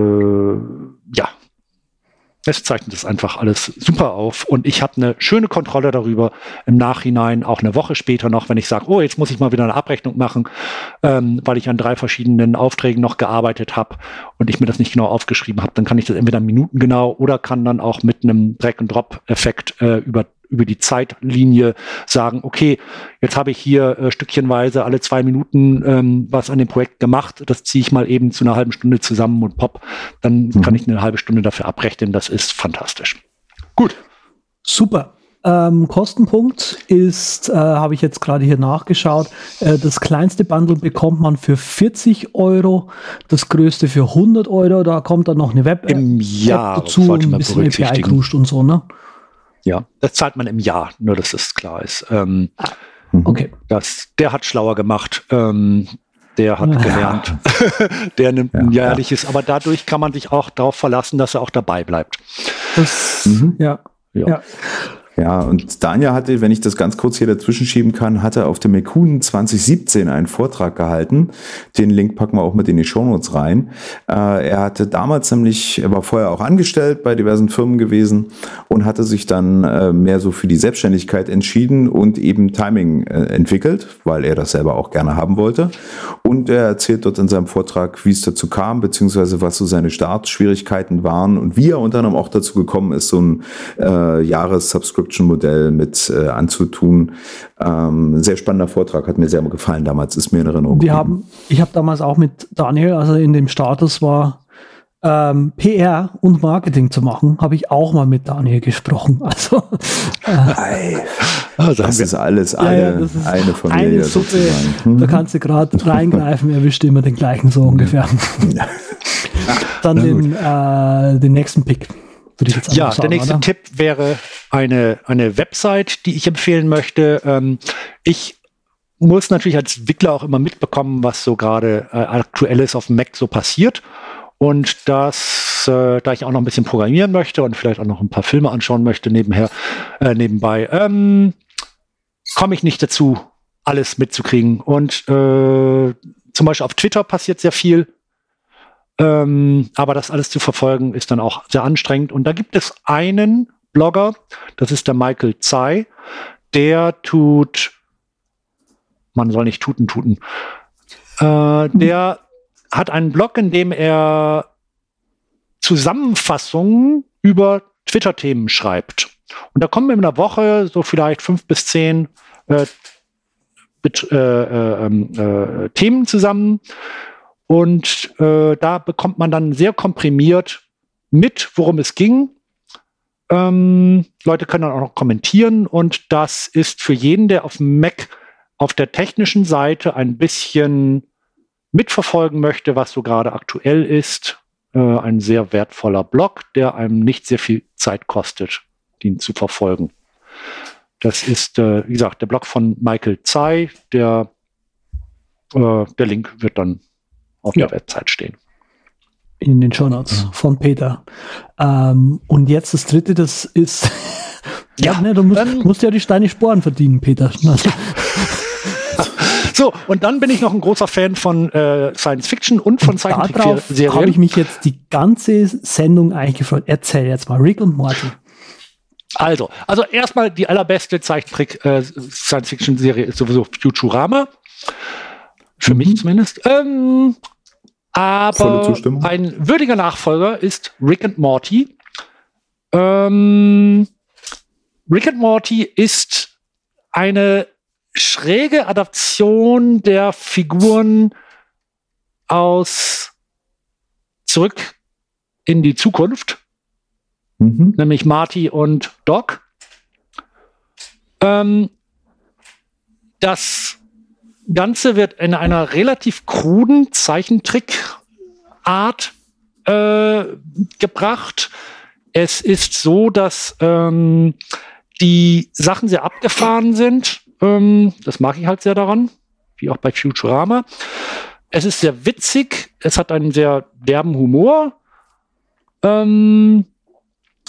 ja, es zeichnet es einfach alles super auf. Und ich habe eine schöne Kontrolle darüber im Nachhinein, auch eine Woche später noch, wenn ich sage, oh, jetzt muss ich mal wieder eine Abrechnung machen, ähm, weil ich an drei verschiedenen Aufträgen noch gearbeitet habe und ich mir das nicht genau aufgeschrieben habe, dann kann ich das entweder minutengenau oder kann dann auch mit einem Drag-and-Drop-Effekt äh, über über die Zeitlinie sagen, okay, jetzt habe ich hier äh, stückchenweise alle zwei Minuten ähm, was an dem Projekt gemacht, das ziehe ich mal eben zu einer halben Stunde zusammen und pop, dann mhm. kann ich eine halbe Stunde dafür abrechnen, das ist fantastisch. Gut. Super. Ähm, Kostenpunkt ist, äh, habe ich jetzt gerade hier nachgeschaut, äh, das kleinste Bundle bekommt man für vierzig Euro, das größte für hundert Euro, da kommt dann noch eine Web-App Im Jahr dazu und ein bisschen A P I-Crushed und so, ne? Ja, das zahlt man im Jahr, nur dass das klar ist. Ähm, ah, okay. Das, der hat schlauer gemacht, ähm, der hat gelernt, der nimmt ein Ja, jährliches, ja. aber dadurch kann man sich auch darauf verlassen, dass er auch dabei bleibt. Das, mhm. ja. Ja. ja. Ja, und Daniel hatte, wenn ich das ganz kurz hier dazwischen schieben kann, hatte auf der Mekunen zwanzig siebzehn einen Vortrag gehalten. Den Link packen wir auch mit in die Shownotes rein. Äh, er hatte damals nämlich, er war vorher auch angestellt bei diversen Firmen gewesen und hatte sich dann äh, mehr so für die Selbstständigkeit entschieden und eben Timing äh, entwickelt, weil er das selber auch gerne haben wollte. Und er erzählt dort in seinem Vortrag, wie es dazu kam, beziehungsweise was so seine Startschwierigkeiten waren und wie er unter anderem auch dazu gekommen ist, so ein äh, Jahres-Subscription Modell mit äh, anzutun. Ähm, sehr spannender Vortrag, hat mir sehr gefallen damals, ist mir in Erinnerung. Wir haben, ich habe damals auch mit Daniel, also in dem Status war, ähm, P R und Marketing zu machen, habe ich auch mal mit Daniel gesprochen. Also, äh, also das ist alles eine, ja, ja, das ist eine Familie. Eine Suppe, hm. Da kannst du gerade reingreifen, erwischt immer den gleichen so ungefähr. Dann den, äh, den nächsten Pick. Ich jetzt ja, sagen, der nächste oder? Tipp wäre eine, eine Website, die ich empfehlen möchte. Ähm, ich muss natürlich als Entwickler auch immer mitbekommen, was so gerade äh, aktuelles auf dem Mac so passiert. Und das, äh, da ich auch noch ein bisschen programmieren möchte und vielleicht auch noch ein paar Filme anschauen möchte nebenher, äh, nebenbei, ähm, komme ich nicht dazu, alles mitzukriegen. Und äh, zum Beispiel auf Twitter passiert sehr viel. Ähm, aber das alles zu verfolgen ist dann auch sehr anstrengend. Und da gibt es einen Blogger, das ist der Michael Tsai, der tut, man soll nicht tuten, tuten, äh, der hat einen Blog, in dem er Zusammenfassungen über Twitter-Themen schreibt. Und da kommen in einer Woche so vielleicht fünf bis zehn äh, Bet- äh, äh, äh, Themen zusammen. Und äh, da bekommt man dann sehr komprimiert mit, worum es ging. Ähm, Leute können dann auch noch kommentieren. Und das ist für jeden, der auf dem Mac auf der technischen Seite ein bisschen mitverfolgen möchte, was so gerade aktuell ist, äh, ein sehr wertvoller Blog, der einem nicht sehr viel Zeit kostet, den zu verfolgen. Das ist, äh, wie gesagt, der Blog von Michael Tsai. Der, äh, der Link wird dann auf ja. der Website stehen. In den Shownotes ja. von Peter. Ähm, und jetzt das dritte, das ist ja, ja ne, du musst, ähm, musst ja die Steine Sporen verdienen, Peter. So, und dann bin ich noch ein großer Fan von äh, Science Fiction und von Zeichentrickserien. Habe ich mich jetzt die ganze Sendung eigentlich gefreut. Erzähl jetzt mal Rick und Morty. Also, also erstmal die allerbeste Zeichentrick äh, Science Fiction Serie ist sowieso Futurama. Für mhm. mich zumindest. Ähm, aber ein würdiger Nachfolger ist Rick and Morty. Ähm, Rick and Morty ist eine schräge Adaption der Figuren aus Zurück in die Zukunft, mhm. nämlich Marty und Doc. Ähm, das Ganze wird in einer relativ kruden Zeichentrickart äh, gebracht. Es ist so, dass ähm, die Sachen sehr abgefahren sind. Ähm, das mag ich halt sehr daran, wie auch bei Futurama. Es ist sehr witzig. Es hat einen sehr derben Humor. Ähm,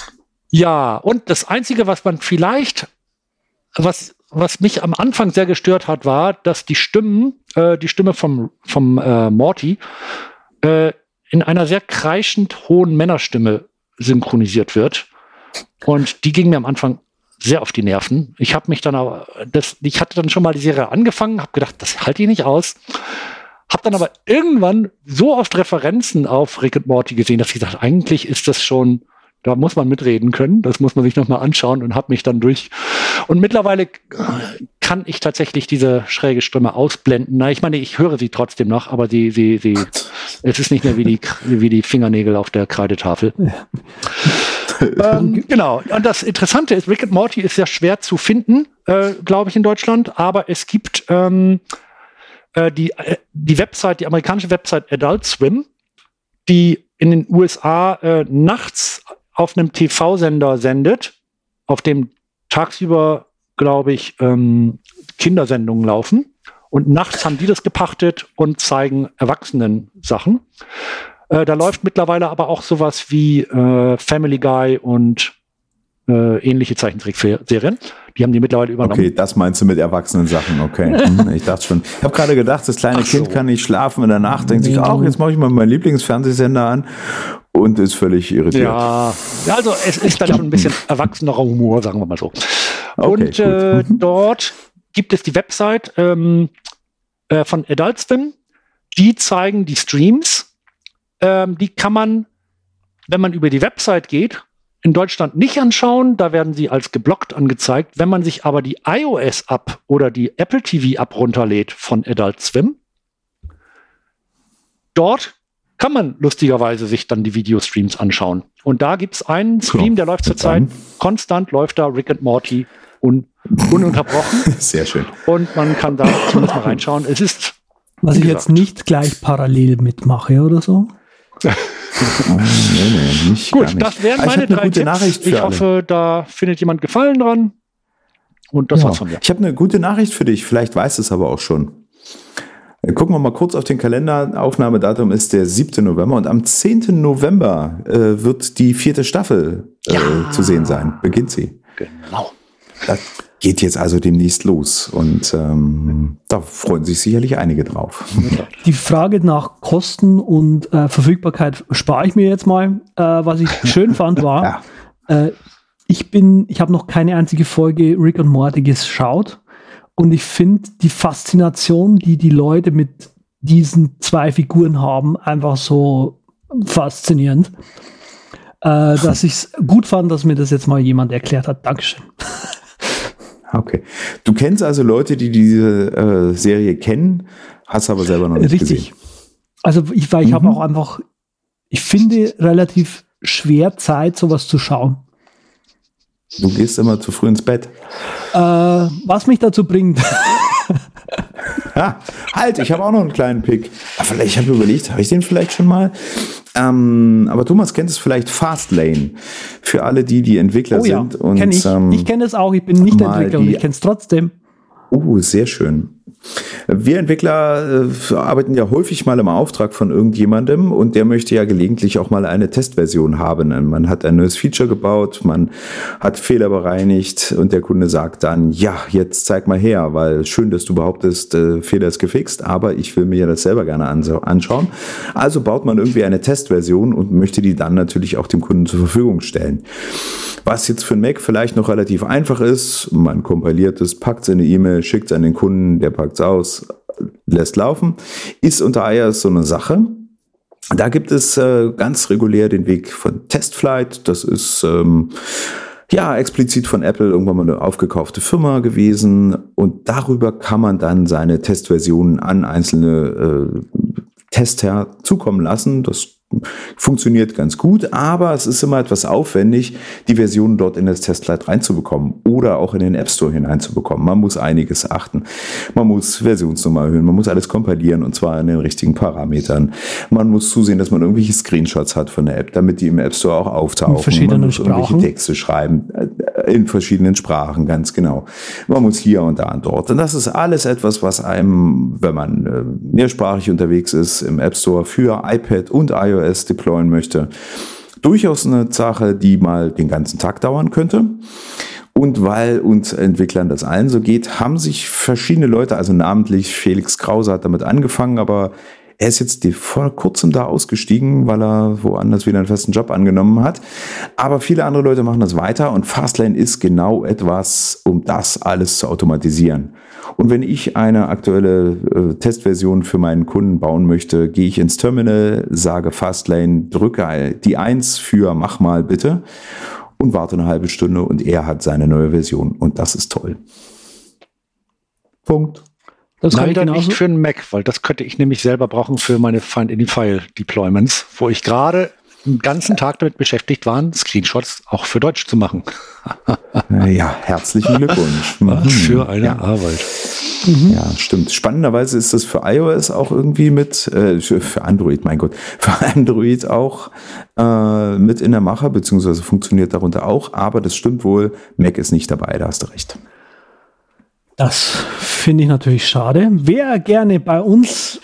Ja, und das Einzige, was man vielleicht, was, was mich am Anfang sehr gestört hat, war, dass die Stimmen, äh, die Stimme vom, vom äh, Morty äh, in einer sehr kreischend hohen Männerstimme synchronisiert wird. Und die ging mir am Anfang sehr auf die Nerven. Ich habe mich dann aber, das, ich hatte dann schon mal die Serie angefangen, habe gedacht, das halte ich nicht aus. Habe dann aber irgendwann so oft Referenzen auf Rick und Morty gesehen, dass ich dachte, eigentlich ist das schon, da muss man mitreden können, das muss man sich nochmal anschauen und habe mich dann durch. Und mittlerweile kann ich tatsächlich diese schräge Stimme ausblenden. Na, ich meine, ich höre sie trotzdem noch, aber sie, sie, sie, es ist nicht mehr wie die, wie die Fingernägel auf der Kreidetafel. Ja. ähm, genau. Und das Interessante ist, Rick and Morty ist sehr schwer zu finden, äh, glaube ich, in Deutschland, aber es gibt ähm, äh, die, äh, die Website, die amerikanische Website Adult Swim, die in den U S A äh, nachts auf einem T V-Sender sendet, auf dem tagsüber, glaube ich, ähm, Kindersendungen laufen. Und nachts haben die das gepachtet und zeigen Erwachsenen Sachen. Äh, da läuft mittlerweile aber auch sowas wie äh, Family Guy und äh, ähnliche Zeichentrickserien. Die haben die mittlerweile übernommen. Okay, das meinst du mit erwachsenen Sachen, okay. Hm, ich dachte schon. Ich habe gerade gedacht, das kleine so. Kind kann nicht schlafen und danach denkt sich, ach, jetzt mache ich mal meinen Lieblingsfernsehsender an und ist völlig irritiert. Ja, also es ist dann schon ein bisschen erwachsenerer Humor, sagen wir mal so. Okay, und äh, dort gibt es die Website ähm, äh, von Adult Swim. Die zeigen die Streams. Ähm, die kann man, wenn man über die Website geht, in Deutschland nicht anschauen. Da werden sie als geblockt angezeigt. Wenn man sich aber die iOS-App oder die Apple T V-App runterlädt von Adult Swim, dort kann man lustigerweise sich dann die Videostreams anschauen. Und da gibt es einen Stream, der läuft zurzeit konstant, läuft da Rick and Morty un ununterbrochen. Sehr schön. Und man kann da zumindest mal reinschauen. Es ist, was ich jetzt nicht gleich parallel mitmache oder so. Oh, nee, nee, nicht, gut, das wären meine meine drei Tipps. Nachricht für ich hoffe, alle. Da findet jemand Gefallen dran. Und das ja. war's von mir. Ich habe eine gute Nachricht für dich. Vielleicht weißt du es aber auch schon. Gucken wir mal kurz auf den Kalender. Aufnahmedatum ist der siebte November und am zehnten November äh, wird die vierte Staffel äh, ja. zu sehen sein. Beginnt sie. Genau. Das geht jetzt also demnächst los und ähm, da freuen sich sicherlich einige drauf. Die Frage nach Kosten und äh, Verfügbarkeit spare ich mir jetzt mal. Äh, was ich schön fand war, ja. äh, ich bin, ich habe noch keine einzige Folge Rick und Morty geschaut und ich finde die Faszination, die die Leute mit diesen zwei Figuren haben, einfach so faszinierend, äh, dass ich es gut fand, dass mir das jetzt mal jemand erklärt hat. Dankeschön. Okay. Du kennst also Leute, die diese äh, Serie kennen, hast aber selber noch nicht Richtig. gesehen. Also ich, weil ich mhm. habe auch einfach, ich finde relativ schwer Zeit, sowas zu schauen. Du gehst immer zu früh ins Bett. Äh, was mich dazu bringt. Ha, halt, ich habe auch noch einen kleinen Pick. Vielleicht, ich habe überlegt, habe ich den vielleicht schon mal? Ähm, aber Thomas kennt es vielleicht, Fastlane. Für alle die, die Entwickler oh, ja. sind. Und, kenn ich ähm, ich kenne es auch, ich bin nicht Entwickler und ich kenne es trotzdem. Oh, sehr schön. Wir Entwickler äh, arbeiten ja häufig mal im Auftrag von irgendjemandem und der möchte ja gelegentlich auch mal eine Testversion haben. Man hat ein neues Feature gebaut, man hat Fehler bereinigt und der Kunde sagt dann, ja, jetzt zeig mal her, weil schön, dass du behauptest, äh, Fehler ist gefixt, aber ich will mir das selber gerne anschauen. Also baut man irgendwie eine Testversion und möchte die dann natürlich auch dem Kunden zur Verfügung stellen. Was jetzt für ein Mac vielleicht noch relativ einfach ist, man kompiliert es, packt seine E-Mail, schickt es an den Kunden, der packt es aus, lässt laufen, ist unter iOS so eine Sache. Da gibt es äh, ganz regulär den Weg von TestFlight, das ist ähm, ja explizit von Apple irgendwann mal eine aufgekaufte Firma gewesen und darüber kann man dann seine Testversionen an einzelne äh, Tester zukommen lassen. Das funktioniert ganz gut, aber es ist immer etwas aufwendig, die Versionen dort in das Testflight reinzubekommen oder auch in den App Store hineinzubekommen. Man muss einiges achten. Man muss Versionsnummer erhöhen, man muss alles kompilieren und zwar in den richtigen Parametern. Man muss zusehen, dass man irgendwelche Screenshots hat von der App, damit die im App Store auch auftauchen. In verschiedenen man muss Sprachen. Irgendwelche Texte schreiben, in verschiedenen Sprachen, ganz genau. Man muss hier und da und dort. Und das ist alles etwas, was einem, wenn man mehrsprachig unterwegs ist, im App Store für iPad und iOS deployen möchte, durchaus eine Sache, die mal den ganzen Tag dauern könnte. Und weil uns Entwicklern das allen so geht, haben sich verschiedene Leute, also namentlich Felix Krause hat damit angefangen, aber er ist jetzt vor kurzem da ausgestiegen, weil er woanders wieder einen festen Job angenommen hat. Aber viele andere Leute machen das weiter und Fastlane ist genau etwas, um das alles zu automatisieren. Und wenn ich eine aktuelle äh, Testversion für meinen Kunden bauen möchte, gehe ich ins Terminal, sage Fastlane, drücke die eins für mach mal bitte und warte eine halbe Stunde und er hat seine neue Version und das ist toll. Punkt. Das Leider nicht für einen Mac, weil das könnte ich nämlich selber brauchen für meine Find-in-the-File-Deployments, wo ich gerade den ganzen Tag damit beschäftigt war, Screenshots auch für Deutsch zu machen. Ja, herzlichen Glückwunsch. Was für eine ja. Arbeit. Mhm. Ja, stimmt. Spannenderweise ist das für iOS auch irgendwie mit, äh, für Android, mein Gott, für Android auch äh, mit in der Mache, beziehungsweise funktioniert darunter auch, aber das stimmt wohl, Mac ist nicht dabei, da hast du recht. Das finde ich natürlich schade. Wer gerne bei uns...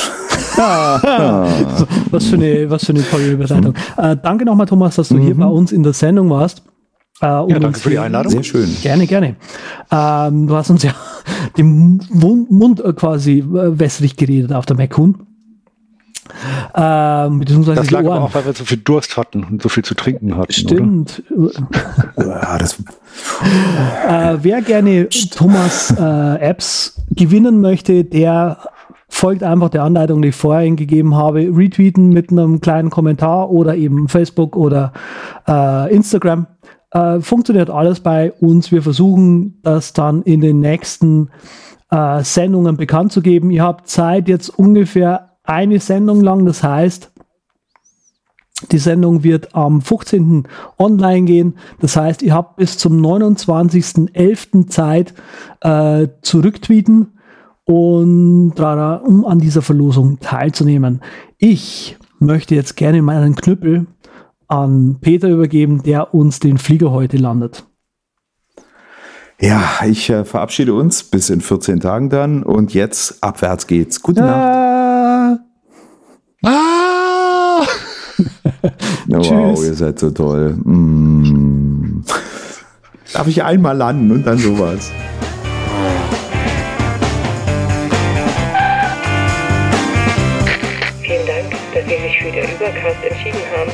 was, für eine, was für eine tolle Überleitung. Äh, danke nochmal, Thomas, dass du mhm. hier bei uns in der Sendung warst. Äh, um ja, danke für die Einladung. Sehr schön. Gerne, gerne. Ähm, du hast uns ja den Mund, Mund quasi äh, wässrig geredet auf der MacCoon. Ähm, das lag aber auch, weil wir so viel Durst hatten und so viel zu trinken hatten. Stimmt. Ja, das äh, wer gerne Thomas äh, Apps gewinnen möchte, der folgt einfach der Anleitung, die ich vorhin gegeben habe. Retweeten mit einem kleinen Kommentar oder eben Facebook oder äh, Instagram. Äh, funktioniert alles bei uns. Wir versuchen das dann in den nächsten äh, Sendungen bekannt zu geben. Ihr habt Zeit jetzt ungefähr eine Sendung lang, das heißt, die Sendung wird am fünfzehnten online gehen. Das heißt, ihr habt bis zum neunundzwanzigsten elften Zeit äh, zurücktweeten und um an dieser Verlosung teilzunehmen. Ich möchte jetzt gerne meinen Knüppel an Peter übergeben, der uns den Flieger heute landet. Ja, ich äh, verabschiede uns bis in vierzehn Tagen dann und jetzt abwärts geht's. Gute Nacht. Ah. Ah. Oh, wow, ihr seid so toll. Mm. Darf ich einmal landen und dann sowas? Vielen Dank, dass Sie sich für den Übercast entschieden haben.